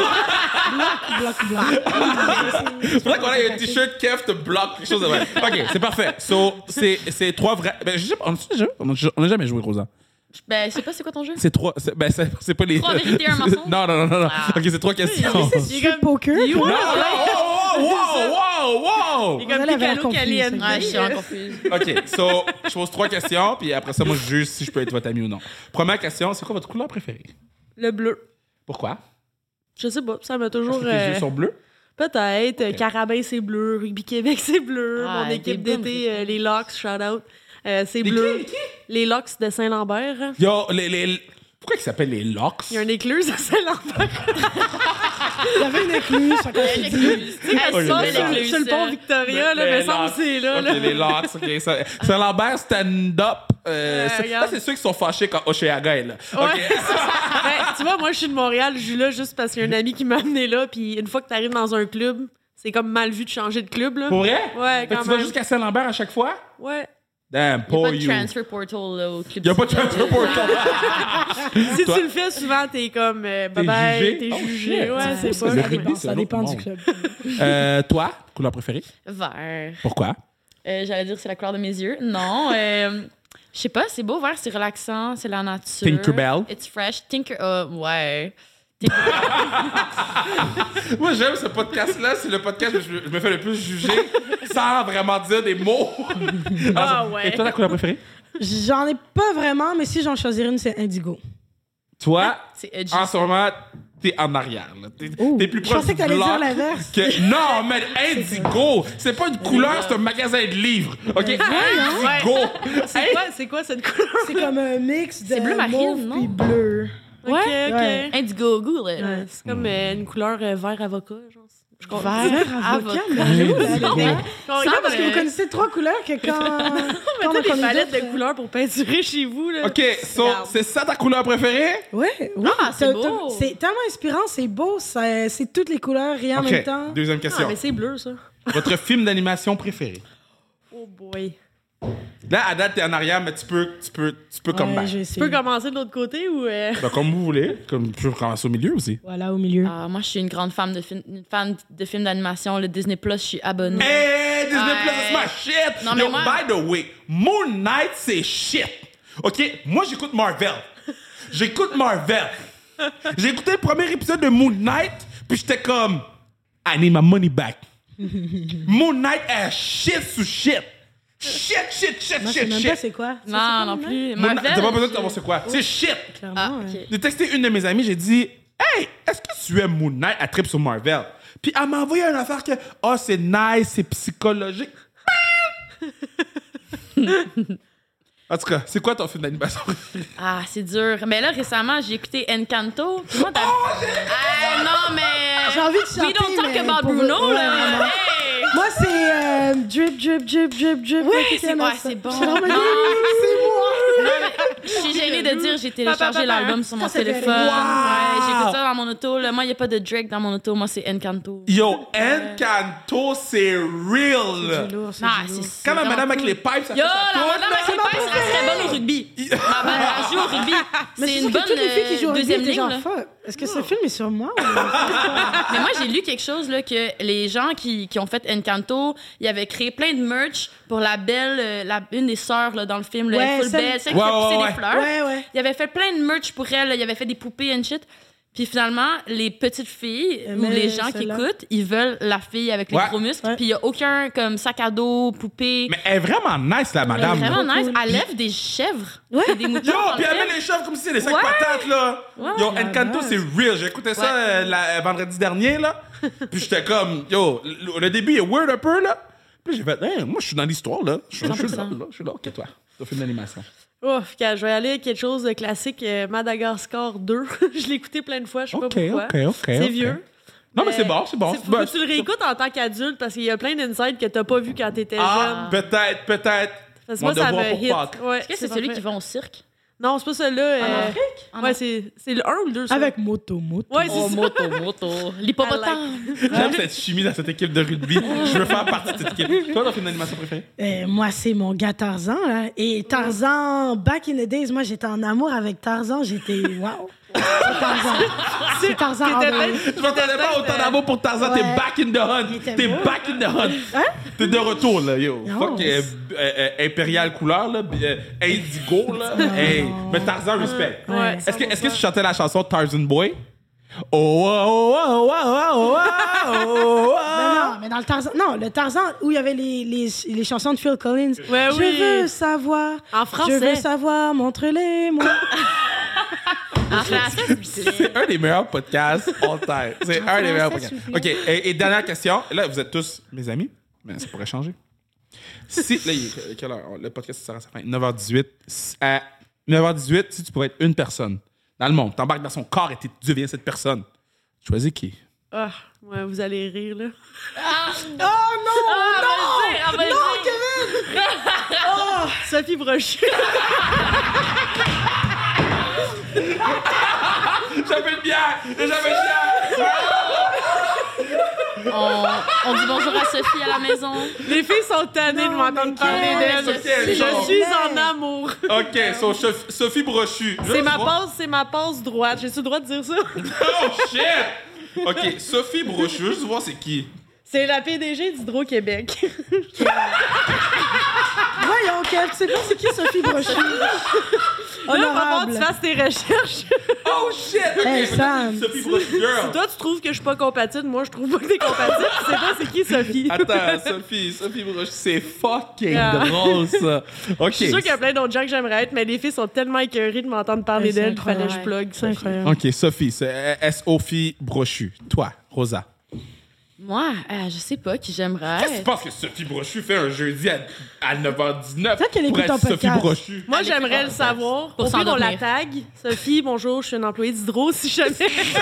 Bloc, bloc. C'est vrai qu'on a un t-shirt Kev te bloque, quelque chose de vrai. OK, c'est parfait. So, c'est, c'est trois vrais. Ben, je sais pas, on a déjà- on a- on a jamais joué, Rosa. Ben, je sais pas c'est quoi ton jeu. C'est trois. C'est, ben, c'est, c'est pas les. Trois vérités, un mensonge? Non, non, non, non. non. Ah. OK, c'est trois questions. Street poker? Non, non, wow, wow, wow, wow. Il est comme Vous allez avoir Piccolo confus, Caliente. ça. Ouais, je suis vraiment confuse. OK, so, je pose trois questions, puis après ça, moi, je juge si je peux être votre ami ou non. Première question, c'est quoi votre couleur préférée? Le bleu. Pourquoi? Je sais pas, ça m'a Parce toujours... que tes euh, yeux sont bleus? Peut-être. Ok. Carabin, c'est bleu. Rugby Québec, c'est bleu. Ah, Mon équipe des bonnes d'été, euh, les Locks, shout-out. Euh, c'est Les bleu. qui, les qui? Les Locks de Saint-Lambert. Yo, les, les... Pourquoi ils s'appellent les locks? Il y a un écluse à Saint-Lambert. Il y avait une écluse. fait qu'on s'est dit- L'écluse. Hey, Oh, ça, les sur, Locks. sur le pont Victoria, là, Les mais ça locks. c'est là. OK, là. les locks, OK. Ça, Saint-Lambert, stand-up. Euh, ça, regarde. ça, c'est ceux qui sont fâchés quand Oshéaga est là. Ouais, OK. c'est ça. Ben, tu vois, moi, je suis de Montréal, je suis là juste parce qu'il y a un ami qui m'a amené là, puis une fois que t'arrives dans un club, c'est comme mal vu de changer de club, là. Pour vrai? Ouais, Fait que quand tu vas même. jusqu'à Saint-Lambert à chaque fois? Ouais. Damn, Il n'y a poor pas de you. transfer portal là, au club. Il n'y a pas de transfer portal. Si Toi? tu le fais souvent, t'es comme, euh, T'es bye bye, jugé? t'es Oh, jugé. shit. Ouais, c'est Ça pas. le Ça rugby, dépend, c'est ça un dépend autre du monde. club. Euh, toi, couleur préférée? Vert. Pourquoi? Euh, J'allais dire c'est la couleur de mes yeux. Non. Euh, je sais pas, c'est beau, vert, c'est relaxant, c'est la nature. Tinkerbell? It's fresh. Tinker. euh, ouais. Moi, j'aime ce podcast-là. C'est le podcast où je, je me fais le plus juger sans vraiment dire des mots. Ah ouais. Et toi, ta couleur préférée? J'en ai pas vraiment, mais si j'en choisirais une, c'est indigo. Toi, C'est edgy. en ce moment, t'es en arrière. là. T'es, Ouh, t'es plus je proche pensais du que t'allais bloc dire l'inverse. que- Non, mais Indigo, c'est pas une couleur, c'est un magasin de livres. OK? Indigo. C'est quoi, c'est quoi cette couleur? C'est comme un mix de C'est bleu marine, mauve non? puis bleu. Ok, ok. Ouais. Indigo, Google it. Ouais, c'est comme euh, une couleur euh, vert avocat, genre. Je comprends. Vert, avocat, mais j'avoue, la Indigo. vérité. Quand on Non, regarde, parce que euh, vous connaissez trois couleurs que quand. quand on mettez en des connaît palettes d'autres, de couleurs pour peinturer chez vous, là. OK, so, Regarde. c'est ça ta couleur préférée? Ouais, oui. Ah, c'est T'as- beau. t'as- C'est tellement inspirant, c'est beau, ça- c'est toutes les couleurs et en OK, même temps. deuxième Ah, question. mais c'est bleu, ça. Votre film d'animation préféré? Oh boy. Là, à date, t'es en arrière, mais tu peux, tu peux, tu peux comme Ouais, back. je vais Tu peux essayer. commencer de l'autre côté ou... euh, Ben, comme vous voulez. Comme tu peux commencer au milieu aussi. Voilà, au milieu. Ah, moi, je suis une grande fan de, film, une fan de films d'animation. Le Disney Plus, je suis abonnée. Hey, Disney Ouais. Plus, c'est ma shit! Non, mais Yo, moi- by the way, Moon Knight, c'est shit. OK? Moi, j'écoute Marvel. J'écoute Marvel. J'ai écouté le premier épisode de Moon Knight, puis j'étais comme, I need my money back. Moon Knight est shit sous shit. Shit, shit, shit, Moi, je sais shit, même shit. pas c'est quoi. Ça, c'est Non, quoi, non Moon Knight? plus. Moon Knight, Marvel, t'as pas besoin de je- savoir c'est quoi. C'est shit. Clairement, Ah, ouais. ok. J'ai texté une de mes amies, j'ai dit, hey, est-ce que tu aimes Moon Knight à trip sur Marvel? Puis elle m'a envoyé une affaire que, oh, c'est nice, c'est psychologique. En tout cas, c'est quoi ton film d'animation? Ah, c'est dur. Mais là, récemment, j'ai écouté Encanto. Puis moi, t'as- Ah, non, mais. J'ai envie de chanter, We don't talk mais about pour- Bruno, ouais, là. vraiment. Hey! Moi, c'est euh, drip, drip, drip, drip, drip. Ouais, Like, c'est c'est ouais, moi, c'est ça. bon. Je suis vraiment Non. désolée, c'est moi. Non, mais je suis gênée de dire j'ai téléchargé Papa, l'album sur mon Ça, c'est téléphone. terrible. Ouais, j'écoute ça dans mon auto. Là. Moi, il n'y a pas de Drake dans mon auto. Moi, c'est Encanto. Yo, Encanto, c'est real. C'est lourd, c'est Ah, du lourd. c'est Quand la vraiment madame avec cool. les pipes, ça Yo, fait sa la tourne, madame là. avec les pinces, elle serait bonne au rugby. Ma mère, elle joue au rugby. Mais C'est c'est une sûr bonne que toutes les filles qui jouent euh, au rugby deuxième étaient ligne. genre, là. fuck, est-ce que ce film est sur moi? ou- Mais moi, j'ai lu quelque chose, là, que les gens qui, qui ont fait Encanto, ils avaient créé plein de merch pour la belle, euh, la, une des sœurs là, dans le film, là, Ouais, elle est full celle- belle, celle qui Ouais, fait pousser ouais, des ouais. fleurs. Ouais, ouais. Ils avaient fait plein de merch pour elle, là, ils avaient fait des poupées and shit. Puis finalement, les petites filles ou Mais les gens qui celle-là. écoutent, ils veulent la fille avec les Ouais. gros muscles. Ouais. Puis il y a aucun comme sac à dos, poupée. Mais elle est vraiment nice, la Elle est madame. vraiment Trop nice. cool. Elle lève des chèvres. Ouais. Et des moutons. Yo, dans puis le elle film. met les cheveux comme si c'était des sacs Ouais. patates, là. Ouais. Yo, La Encanto, base. c'est real. J'ai écouté ça Ouais. euh, la- vendredi dernier, là. Puis j'étais comme, yo, le, le début est weird un peu, là. Puis j'ai fait, hey, moi, je suis dans l'histoire, là. Je suis je suis là, cent pour cent. là. Je suis là. OK, toi, ton film d'animation. Ouf, quand je vais aller avec quelque chose de classique, euh, Madagascar deux. Je l'ai écouté plein de fois, je sais OK, pas pourquoi. OK, OK. C'est OK. vieux. Non, mais c'est bon, c'est bon. Faut Ben, que tu le réécoutes en tant qu'adulte parce qu'il y a plein d'insights que t'as pas vu quand t'étais Ah, jeune. peut-être, peut-être. Parce que Mon moi, ça devoir me pour hit. Pâques. Ouais, Est-ce que c'est celui parfait. qui va au cirque? Non, c'est pas celui-là. euh, En Afrique? En Ouais, c'est c'est le un ou le deux, ça? Avec moto, moto. Ouais, c'est Oh, ça. moto, moto. L'hippopotame. J'aime cette chimie dans cette équipe de rugby. Je veux faire partie de cette équipe. Toi, ton film d'animation préféré? Euh, moi, c'est mon gars Tarzan. Là. Et Tarzan, back in the days, moi, j'étais en amour avec Tarzan. J'étais, wow. C'est Tarzan. C'est Tarzan. T'étais all the way. peut-être- Je m'attendais pas autant d'amour pour Tarzan. T'es Ouais. back in the hunt. Il était T'es beau. back in the hunt. Hein? T'es de retour, là, yo. Non, Fuck mais euh, euh, euh, impérial couleur, là. euh, indigo, là. Hey. Mais Tarzan, respect. Ouais. Est-ce que, est-ce que tu chantais la chanson Tarzan Boy? Oh, oh, oh, oh, oh, oh, oh, oh, Ben non, mais dans le Tarzan. Non, le Tarzan où il y avait les, les, les chansons de Phil Collins. Ouais, je oui. veux savoir. En français. Je veux savoir, montre-les, moi. En français, C'est un des meilleurs podcasts all time. C'est un des meilleurs podcasts. OK, et, et dernière question. Là, vous êtes tous mes amis, mais ça pourrait changer. Si, là, il est quelle heure? Le podcast sera à sa fin. neuf heures dix-huit. À neuf heures dix-huit, si tu pouvais être une personne dans le monde, t'embarques dans son corps et tu deviens cette personne, tu choisis qui? Ah, ouais, vous allez rire, là. Ah non! Non! Non, Oh, Sophie Brochu. J'avais une bière! J'avais une bière! on, on dit bonjour à Sophie à la maison. Les filles sont tannées de Non, m'entendre mais parler quelle- d'elle. Sophie, Je genre. suis en amour. OK, so, Sophie- Sophie Brochu. Là, C'est tu ma vois- passe, c'est ma passe droite. J'ai-tu le droit de dire ça? Oh, shit! OK, Sophie Brochu, je veux juste voir c'est qui. C'est la P D G d'Hydro-Québec. Voyons, Kev, tu sais pas c'est qui Sophie Brochu? Là, on va voir que Honorable. tu fasses tes recherches. Oh, shit! OK, Hey, maintenant, Sam. Sophie Brochu, girl. Toi, tu trouves que je suis pas compatible. Moi, je trouve pas que t'es compatible. Tu sais pas c'est qui, Sophie. Attends, Sophie, Sophie Brochu, c'est fucking Ah. drôle, ça. OK. Je suis sûre qu'il y a plein d'autres gens que j'aimerais être, mais les filles sont tellement écœurées de m'entendre parler Ouais, c'est d'elles qu'il fallait que je incroyable. plug. C'est Sophie. incroyable. OK, Sophie, c'est S-Sophie Brochu. Toi, Rosa. Moi, euh, je sais pas qui j'aimerais. Qu'est-ce que tu penses que Sophie Brochu fait un jeudi à, à neuf heures dix-neuf Peut-être qu'elle pour écoute être ton Sophie podcast. Brochu? Moi, Allez, j'aimerais pour- le savoir. pour Au pire, on la s'endormir. tag. Sophie, bonjour, je suis une employée d'Hydro, si jamais.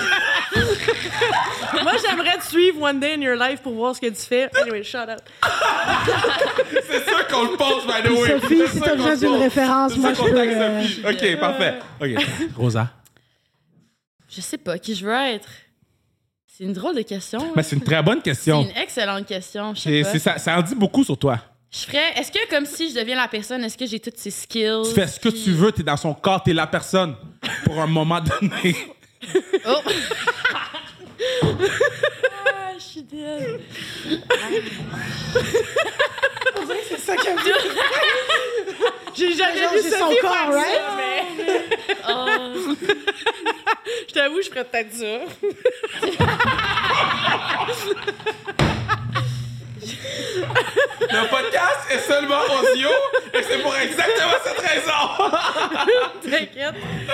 Moi, j'aimerais te suivre one day in your life pour voir ce que tu fais. Anyway, shout out. C'est ça qu'on le pense, by the way. Sophie, C'est si ça t'as qu'on besoin le d'une pense. référence, C'est moi, ça je qu'on peux... tag euh, Sophie. OK, parfait. OK. Rosa. Je sais pas qui je veux être. C'est une drôle de question. hein. Mais c'est une très bonne C'est question. une excellente question. Je sais C'est, pas. c'est ça, ça en dit beaucoup sur toi. Je ferais. Est-ce que, comme si je deviens la personne, est-ce que j'ai toutes ces skills? Tu fais ce que puis- tu veux, t'es dans son corps, t'es la personne pour un moment donné. Oh! Ah, je suis dead. C'est ça qui a vu. J'ai jamais Genre, vu c'est Sophie son corps, faire right? ça, mais... Oh. Je t'avoue, je ferais peut-être ça. Le podcast est seulement audio et c'est pour exactement cette raison. T'inquiète.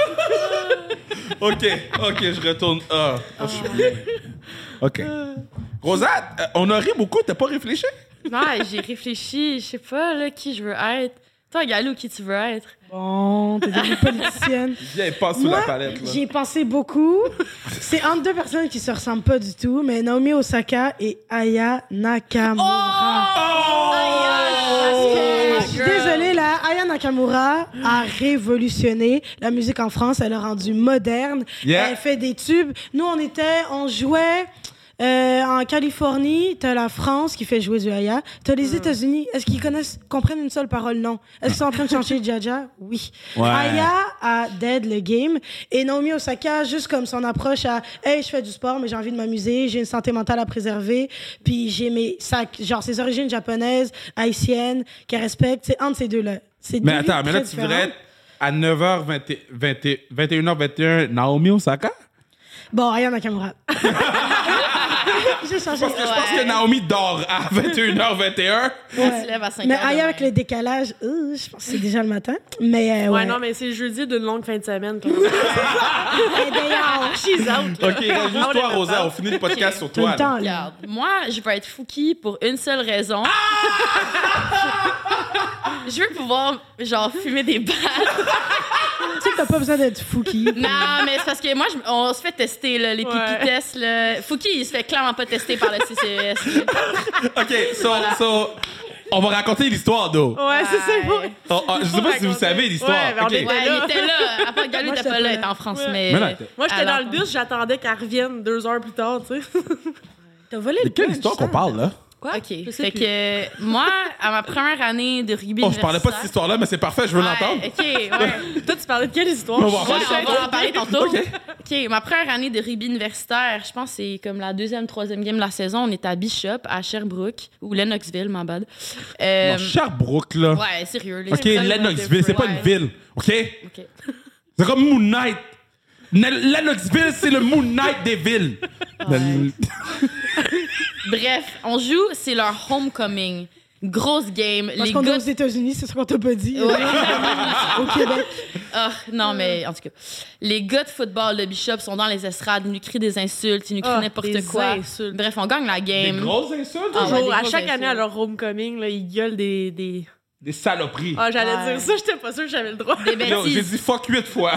OK, OK, je retourne. Ah, oh, je suis bien. OK. Rosette, euh, on a ri beaucoup, t'as pas réfléchi? Non, j'ai réfléchi. Je sais pas, là, qui je veux être. Toi, Galou, qui tu veux être? Bon, t'es devenue politicienne. Viens, passe sous Moi, la palette. Là. j'y ai pensé beaucoup. C'est entre deux personnes qui se ressemblent pas du tout, mais Naomi Osaka et Aya Nakamura. Oh! Je suis désolée, là, Aya Nakamura a révolutionné la musique en France. Elle l'a rendue moderne. Yeah. Elle fait des tubes. Nous, on était, on jouait euh, en Californie. T'as la France qui fait jouer du Aya. T'as les États-Unis. Est-ce qu'ils connaissent, comprennent une seule parole? Non. Est-ce qu'ils sont en train de chanter Jaja? Oui. Ouais. Aya a dead le game. Et Naomi Osaka, juste comme son approche à hey, je fais du sport, mais j'ai envie de m'amuser, j'ai une santé mentale à préserver, puis j'ai mes sacs, genre ses origines japonaises, haïtiennes, qu'elle respecte. C'est entre ces deux-là. C'est Mais deux attends, vies mais là, très tu voudrais différentes. être à neuf heures vingt, vingt, vingt et une heures vingt et un Naomi Osaka? Bon, Aya Nakamura. J'ai changé. Parce que je pense que Naomi dort à vingt et une heures vingt et un. On se lève à cinq Mais heures Aya demain. avec le décalage, euh, je pense que c'est déjà le matin. Mais euh, Ouais, ouais. non, mais c'est jeudi d'une longue fin de semaine. quand Et d'ailleurs, She's out. là. OK, reste juste toi, Rosa, on finit le podcast sur tout toi. le temps, là. là. Regarde, moi, je veux être Fouki pour une seule raison. Je veux pouvoir, genre, fumer des battes. Tu sais que t'as pas besoin d'être fouki. Non, mais c'est parce que moi, je- on se fait tester, là, les Ouais. pipi tests. Là. Fouki, il se fait clairement pas tester par le C C S. là. OK, so, so, on va raconter l'histoire, d'eau. Ouais, c'est ça. Ouais. Oh, oh, je sais pas si vous savez l'histoire. Ouais, mais on OK. était- Ouais, il là. était là. À part Galou, Moi, t'es j'étais pas pas là, là. il était en France. Ouais. Mais, Mais non, t'es- Moi, j'étais à dans le l'entendre. bus, j'attendais qu'elle revienne deux heures plus tard, tu sais. T'as volé De le quelle punch, histoire qu'on ça. parle, là? OK. Je sais Fait plus. que moi, à ma première année de rugby Oh, je parlais pas de universitaire- cette histoire-là, mais c'est parfait, je veux Ouais, l'entendre. OK, ouais. Toi, tu parlais de quelle histoire? On va en Ouais, parler on tantôt. va en parler tantôt. OK. OK, ma première année de rugby universitaire, je pense que c'est comme la deuxième, troisième game de la saison. On était à Bishop, à Sherbrooke, ou Lennoxville, ma bad. Euh, Non, Sherbrooke, là. ouais, sérieux. Les OK, écoles Lennoxville, c'est pas Ouais. une ville, OK? OK. C'est comme Moon Knight. Ne- Lennoxville, c'est le Moon Knight des villes. Le- Bref, on joue, c'est leur homecoming. Grosse game. Parce les qu'on est gars... aux États-Unis, c'est ce qu'on t'a pas dit. Ouais. Au Québec. Ah, non, mais en tout cas, les gars de football de Bishop sont dans les estrades, ils nous crient des insultes, ils nous crient Ah, n'importe des quoi. insultes. Bref, on gagne la Des game. grosses insultes, Ah, ouais, Toujours, des à grosses chaque insultes. année à leur homecoming, là, ils gueulent des. des... des saloperies. Ah, j'allais Ouais. dire ça, j'étais pas sûre que j'avais le droit. Des Yo, j'ai bêtises. dit fuck huit fois.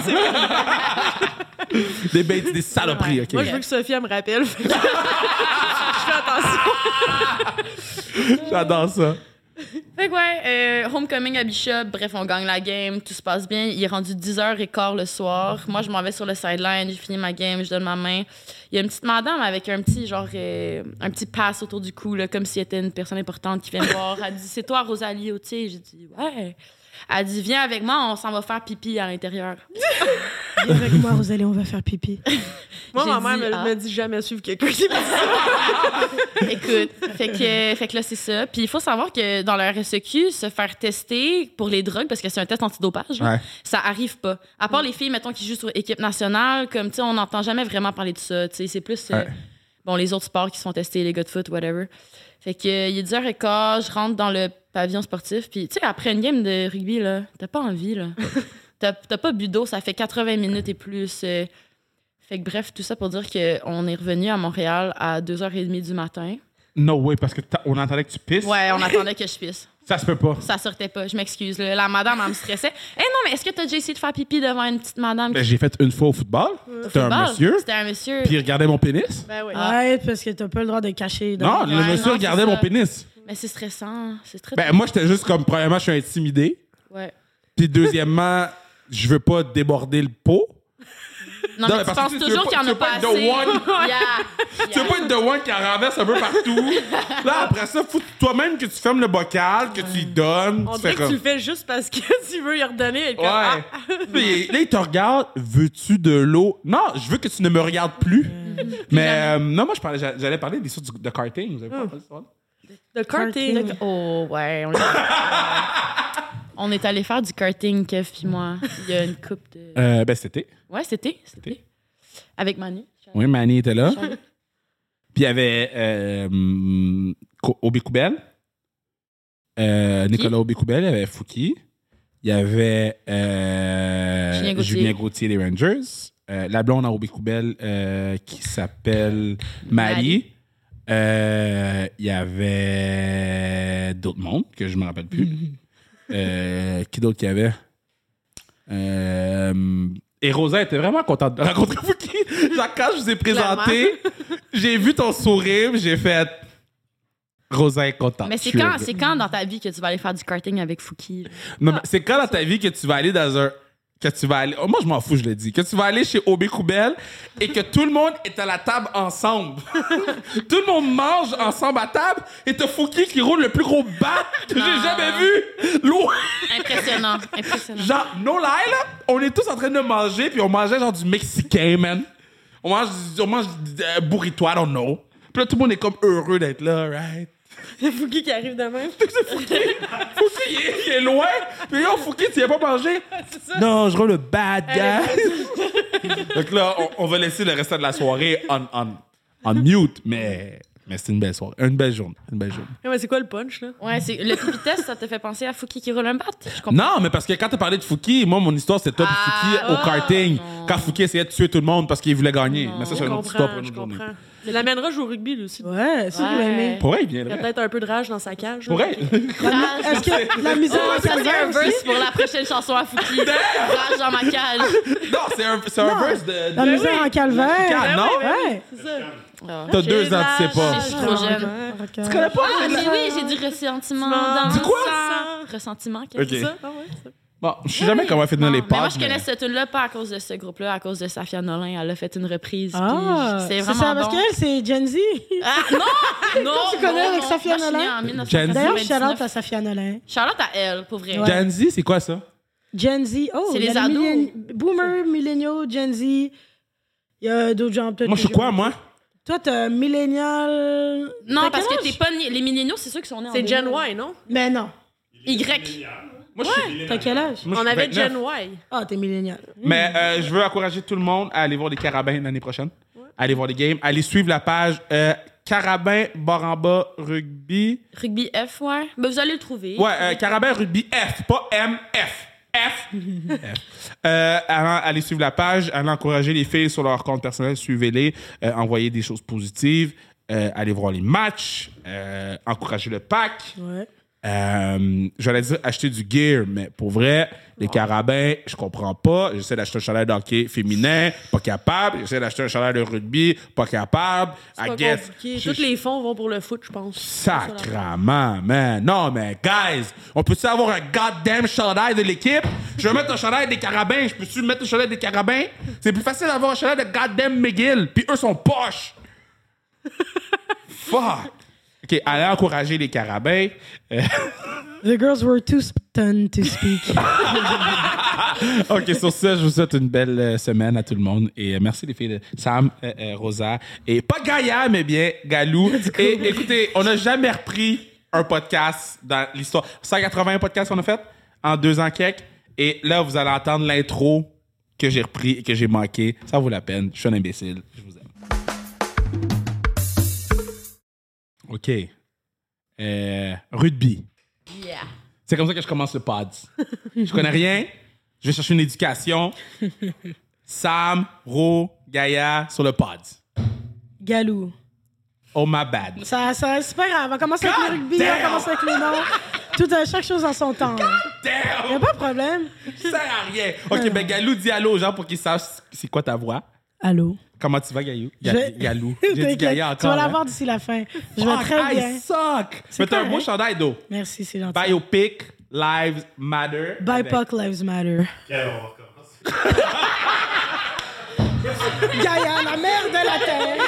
des bêtises, des saloperies, OK. Moi, je veux que Sophie, elle me rappelle. Fait que je fais attention. J'adore ça. Fait que ouais, euh, homecoming à Bishop, bref, on gagne la game, tout se passe bien. Il est rendu dix heures quinze le soir. Moi, je m'en vais sur le sideline, j'ai fini ma game, je donne ma main. Il y a une petite madame avec un petit, genre, euh, un petit pass autour du cou, là, comme si elle était une personne importante qui vient me voir. Elle dit, c'est toi, Rosalie Autier? J'ai dit, ouais. Elle dit, viens avec moi, on s'en va faire pipi à l'intérieur. Viens avec moi, Rosalie, on va faire pipi. Moi, J'ai ma mère dit, me, ah. me dit jamais suivre quelqu'un qui me dit ça. Écoute, fait que, fait que là, c'est ça. Puis il faut savoir que dans leur S E Q, se faire tester pour les drogues, parce que c'est un test antidopage, là, Ouais. ça arrive pas. À part les filles, mettons, qui jouent sur équipe nationale, comme, tu sais, on n'entend jamais vraiment parler de ça. Tu sais, c'est plus, euh, Ouais. bon, les autres sports qui se font tester, les gars de foot, whatever. Fait que, euh, il est dix heures quinze, je rentre dans le pavillon sportif, puis, tu sais, après une game de rugby, là, t'as pas envie, là. T'as t'as pas bu d'eau, ça fait quatre-vingts minutes et plus. euh. Fait que, bref, tout ça pour dire qu'on est revenu à Montréal à deux heures trente du matin. No way, parce que t'as- on entendait que tu pisses. Ouais, on attendait que je pisse. Ça se peut pas. Ça sortait pas, je m'excuse. là. La madame, elle me stressait. Eh non, mais est-ce que t'as déjà essayé de faire pipi devant une petite madame? Ben, j'ai fait une fois au football. C'était un Football? monsieur. C'était un monsieur. Puis il regardait mon pénis. Ben oui. Ah. Ouais, parce que t'as pas le droit de cacher. Non, le Ouais, monsieur non, regardait c'est mon ça. pénis. Mais c'est stressant. C'est très. Ben, moi, j'étais juste comme, premièrement, je suis intimidé. Ouais. Puis deuxièmement, je veux pas déborder le pot. Non, Non, mais mais tu parce que penses tu- tu toujours veux qu'il y en pas- a pas tu veux pas être assez. the one. Yeah. Tu veux pas être the one qui en renverse un peu partout. Là, après ça, faut toi-même que tu fermes le bocal, que tu lui donnes. On tu dirait fais que tu comme... le fais juste parce que tu veux y redonner. Et comme, ah. Ouais. Puis là, il te regarde. Veux-tu de l'eau? Non, je veux que tu ne me regardes plus. Mais euh, non, moi, je parlais, j'allais parler des sortes de karting. Vous avez pas parlé de ça? De karting. Karting. Oh, ouais. On est, on est allé faire du karting, Kev puis moi. Il y a une coupe de. Euh, ben, c'était. Ouais, c'était. C'était. Avec Manu. Oui, Manny était là. Puis il y avait euh, hum, Ko- Obikoubel. Euh, Nicolas Obikoubel. Il y avait Fouki. Il y avait euh, Julien Gauthier. Julien Gauthier des Rangers. Euh, la blonde à Obikoubel euh, qui s'appelle Marie. Marie. Euh, Il y avait d'autres mondes que je ne me rappelle plus. Euh, qui d'autre qu'il y avait? Euh, et Rosa était vraiment contente de rencontrer Fouki. Genre, quand je vous ai présenté, j'ai vu ton sourire, j'ai fait... Rosa est contente. Mais c'est Je suis quand, heureux. c'est quand dans ta vie que tu vas aller faire du karting avec Fouki? là? Non, mais c'est quand dans ta vie que tu vas aller dans un... Que tu vas aller... oh, moi, je m'en fous, je le dis. Que tu vas aller chez Obikoubel et que tout le monde est à la table ensemble. Tout le monde mange ensemble à table et t'as Fouki qui roule le plus gros bat que j'ai Non. jamais vu. Loin. Impressionnant, impressionnant. Genre, no lie, là, on est tous en train de manger, puis on mangeait genre du mexicain, man. On mange, du- on mange du euh, burrito, I don't know. Puis là, tout le monde est comme heureux d'être là, right? C'est Fouki qui arrive de même. Fouki, il est, il est loin. Puis yo, Fouki, tu y as pas mangé? Non, je roule le bad guy. Donc là, on, on va laisser le restant de la soirée on, on, on mute, mais, mais c'est une belle soirée. Une belle journée. Une belle journée. Ouais, mais c'est quoi le punch, là? Ouais, c'est, le pipi test, ça te fait penser à Fouki qui roule un bat? Je comprends. Non, mais parce que quand t'as parlé de Fouki, moi, mon histoire, c'était toi et Ah, Fouki au oh, karting. non. Quand Fouki essayait de tuer tout le monde parce qu'il voulait gagner. mais ça, c'est Je une autre histoire pour comprends, une je autre journée. comprends. Il l'amènera jouer au rugby, lui aussi. Ouais, ça, je Ouais. l'aimais. Pour elle, il Il y a viendrait. peut-être un peu de rage dans sa cage. là. Pour elle. Rage. Est-ce que la musique Oh, va ça se devient un faire verse aussi? pour la prochaine chanson à Fouki. Rage dans ma cage. Non, c'est un, c'est un verse de. La de- musique en calvaire. Ah, non? Ouais. C'est ça. Ah. T'as deux ans, tu sais pas. Je suis trop jeune. Tu connais pas? Ah, mais oui, j'ai du ressentiment Dis dans mon quoi? sang. Ressentiment, qu'est-ce Ok. que c'est ça? Ah ouais, ça. Bon, je sais jamais comment elle fait dans Non, les mais moi, pages. je connais cette tune-là pas à cause de ce groupe-là, à cause de Safia Nolin. Elle a fait une reprise. Ah, puis c'est c'est vraiment ça, parce bon. qu'elle, c'est Gen Z. Ah, non! Non! Tu connais non, avec non. Safia Moi, je suis Nolin? née en mille neuf cent Gen Z. D'ailleurs, quatre-vingt-dix-neuf. shout-out à Safia Nolin. Shout-out à elle, pour vrai. Ouais. Gen Z, c'est quoi ça? Gen Z. Oh, C'est il y a les ados. milléni- Boomer, milléniaux, Gen Z. Il y a d'autres gens, peut-être. Moi, je suis que quoi, j'ai- moi? Toi, t'es millénial. Non, T'as parce quel que t'es âge? pas né- les milléniaux, c'est ceux qui sont nés en C'est deux Gen mille. Y, non? Mais non. Y. Moi, je suis. T'as quel âge? moi, je On suis avait vingt-neuf. Gen Y. Ah, t'es millénial. Mais euh, je veux encourager tout le monde à aller voir les carabins l'année prochaine. Aller voir les games. Aller suivre la page euh, Carabin Baramba Rugby. Rugby F, ouais. Ben, vous allez le trouver. Ouais, euh, Carabin Rugby F, pas M, F. F. F. Euh, allez, allez suivre la page, allez encourager les filles sur leur compte personnel, suivez-les, euh, envoyez des choses positives, euh, allez voir les matchs, euh, encouragez le pack. Ouais. Euh, J'allais dire acheter du gear, mais pour vrai, les carabins, je comprends pas. J'essaie d'acheter un chandail d'hockey féminin, pas capable. J'essaie d'acheter un chandail de rugby, pas capable. C'est I pas guess. compliqué. je- Tous les fonds vont pour le foot, je pense. Sacrement, man. Non, mais guys, on peut-tu avoir un goddamn chandail de l'équipe? Je vais mettre un chandail des carabins. Je peux-tu mettre un chandail des carabins? C'est plus facile d'avoir un chandail de goddamn McGill. Puis eux sont poches. Fuck. OK, allez encourager les carabins. Euh, The girls were too stunned to speak. OK, sur ça, je vous souhaite une belle euh, semaine à tout le monde. Et euh, merci les filles de Sam, euh, euh, Rosa. Et pas Gaïa, mais bien Galou. Et écoutez, on n'a jamais repris un podcast dans l'histoire. cent quatre-vingts podcasts qu'on a fait en deux ans quelques. Et là, vous allez entendre l'intro que j'ai repris et que j'ai manqué. Ça vaut la peine. Je suis un imbécile. Je vous aime. OK. Euh, rugby. Yeah. C'est comme ça que je commence le pod. Je connais rien. Je vais chercher une éducation. Sam, Ro, Gaïa sur le pod. Galou. Oh my bad. Ça, ça, c'est pas grave. On va commencer avec God le rugby, damn! on commence avec les noms. Tout, euh, chaque chose en son temps. Il Damn! n'y a pas de problème. Ça sert à rien. OK, ben Galou, dis allô aux gens pour qu'ils sachent c'est quoi ta voix. Allô? Comment tu vas, Gaïou? Je- Ga- Galou. J'ai dit T'inquiète, Gaïa encore. tu vas hein. l'avoir d'ici la fin. Je vais Fuck, très I bien. suck. C'est Mais t'as un correct. beau chandail d'eau. Merci, c'est gentil. Biopic Lives Matter. B I P O C Lives Matter. Gaïa, la mère de la terre.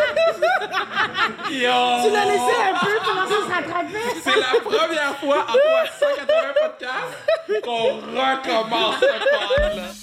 Yo! Tu l'as laissé un peu commencer à se rattraper. C'est la première fois en quoi cent quatre-vingts podcasts qu'on recommence ce pod, là.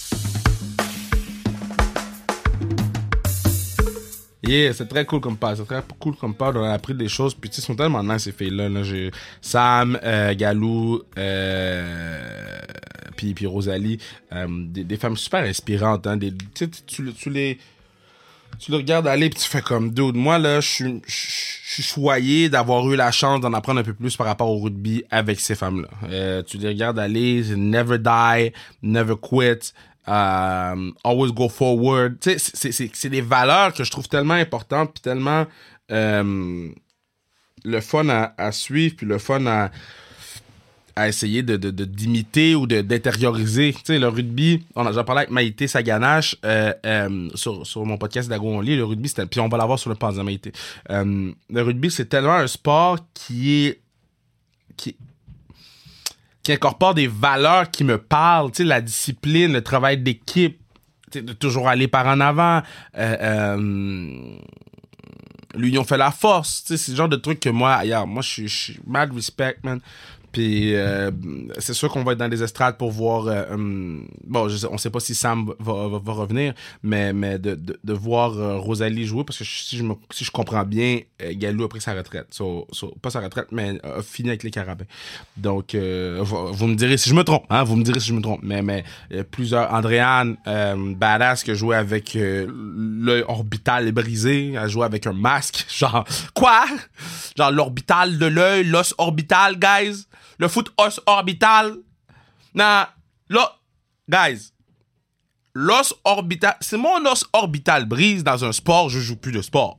Yeah, c'est très cool comme part. C'est très cool comme part. On a appris des choses. Puis, tu sais, ils sont tellement nice, ces filles-là. Là. J'ai Sam, euh, Galou, euh, puis, puis Rosalie. Euh, des, des femmes super inspirantes. Hein, des, tu, tu, tu les... Tu les regardes aller puis tu fais comme dude. Moi, là, je suis, je suis choyé d'avoir eu la chance d'en apprendre un peu plus par rapport au rugby avec ces femmes-là. Euh, tu les regardes aller, c'est never die, never quit, um, always go forward. Tu sais, c'est, c'est, c'est des valeurs que je trouve tellement importantes puis tellement euh, le fun à, à suivre puis le fun à à essayer de, de, de d'imiter ou de, d'intérioriser. Tu sais, le rugby, on a déjà parlé avec Maïté Saganache euh, euh, sur, sur mon podcast d'Ago On Lit, le rugby, c'était, puis on va l'avoir sur le podcast de Maïté. Euh, le rugby, c'est tellement un sport qui est qui, qui incorpore des valeurs qui me parlent, tu sais, la discipline, le travail d'équipe, tu sais, de toujours aller par en avant, euh, euh, l'union fait la force, tu sais, c'est le genre de truc que moi, ailleurs, moi, je suis, je suis mad respect, man. Puis euh, c'est sûr qu'on va être dans des estrades pour voir euh, um, bon je sais, on sait pas si Sam va, va, va revenir mais, mais de, de, de voir euh, Rosalie jouer parce que si je, me, si je comprends bien euh, Galou a pris sa retraite so, so, pas sa retraite mais a fini avec les Carabins donc euh, vous, vous me direz si je me trompe hein, vous me direz si je me trompe mais, mais euh, plusieurs Andréane euh, badass que jouait avec euh, l'œil orbital brisé elle jouait avec un masque genre quoi genre l'orbital de l'œil l'os orbital guys. Le foot os orbital. Non, là, guys. L'os orbital. C'est mon os orbital brise dans un sport, je joue plus de sport.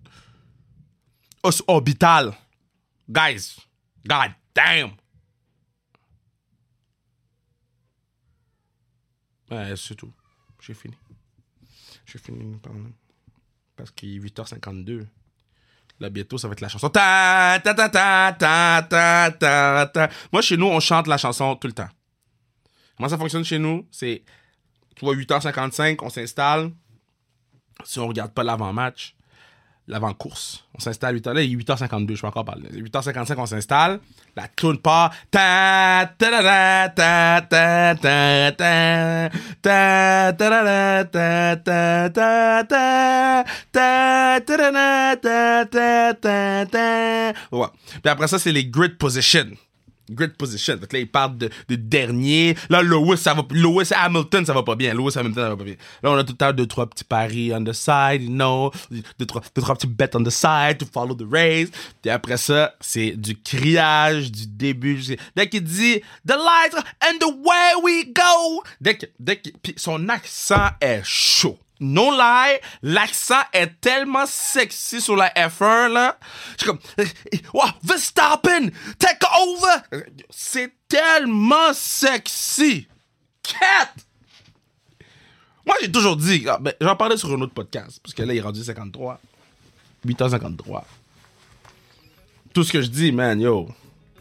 Os orbital. Guys. God damn. Ouais, c'est tout. J'ai fini. J'ai fini, pardon. Parce qu'il est huit heures cinquante-deux. Là, bientôt, ça va être la chanson. Ta, ta, ta, ta, ta, ta, ta, ta. Moi, chez nous, on chante la chanson tout le temps. Comment ça fonctionne chez nous? C'est, tu vois, huit heures cinquante-cinq, on s'installe. Si on regarde pas l'avant-match, l'avant-course, on s'installe à huit heures. Là, il est huit heures cinquante-deux, je peux encore parler. huit heures cinquante-cinq, on s'installe. La tune part. Ta, ta, ta, ta, ta, ta, ta, ta, ta, ta, ta, ta, ta, ta, ta, ta, ta, ta, ta. Ouais. Puis après ça, c'est les grid position. Grid position. Donc là, ils parlent de, de dernier. Là, Lewis, ça va, Lewis Hamilton, ça va pas bien. Lewis Hamilton, ça va pas bien. Là, on a tout le temps deux, trois petits paris on the side, you know. Deux, trois, deux, trois petits bets on the side to follow the race. Puis après ça, c'est du criage du début. Dès qu'il dit the lights and the way we go. Dès que, dès que, puis son accent est chaud. No lie, l'accent est tellement sexy sur la F un, là. Je suis comme, wow, Verstappen, take over! C'est tellement sexy. Cat! Moi, j'ai toujours dit, ah, ben, j'en parlais sur un autre podcast, parce que là, il est rendu cinquante-trois. huit heures cinquante-trois. Tout ce que je dis, man, yo.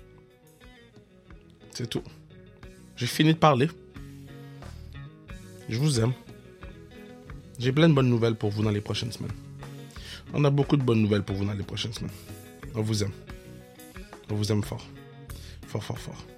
C'est tout. J'ai fini de parler. Je vous aime. J'ai plein de bonnes nouvelles pour vous dans les prochaines semaines. On a beaucoup de bonnes nouvelles pour vous dans les prochaines semaines. On vous aime. On vous aime fort. Fort, fort, fort.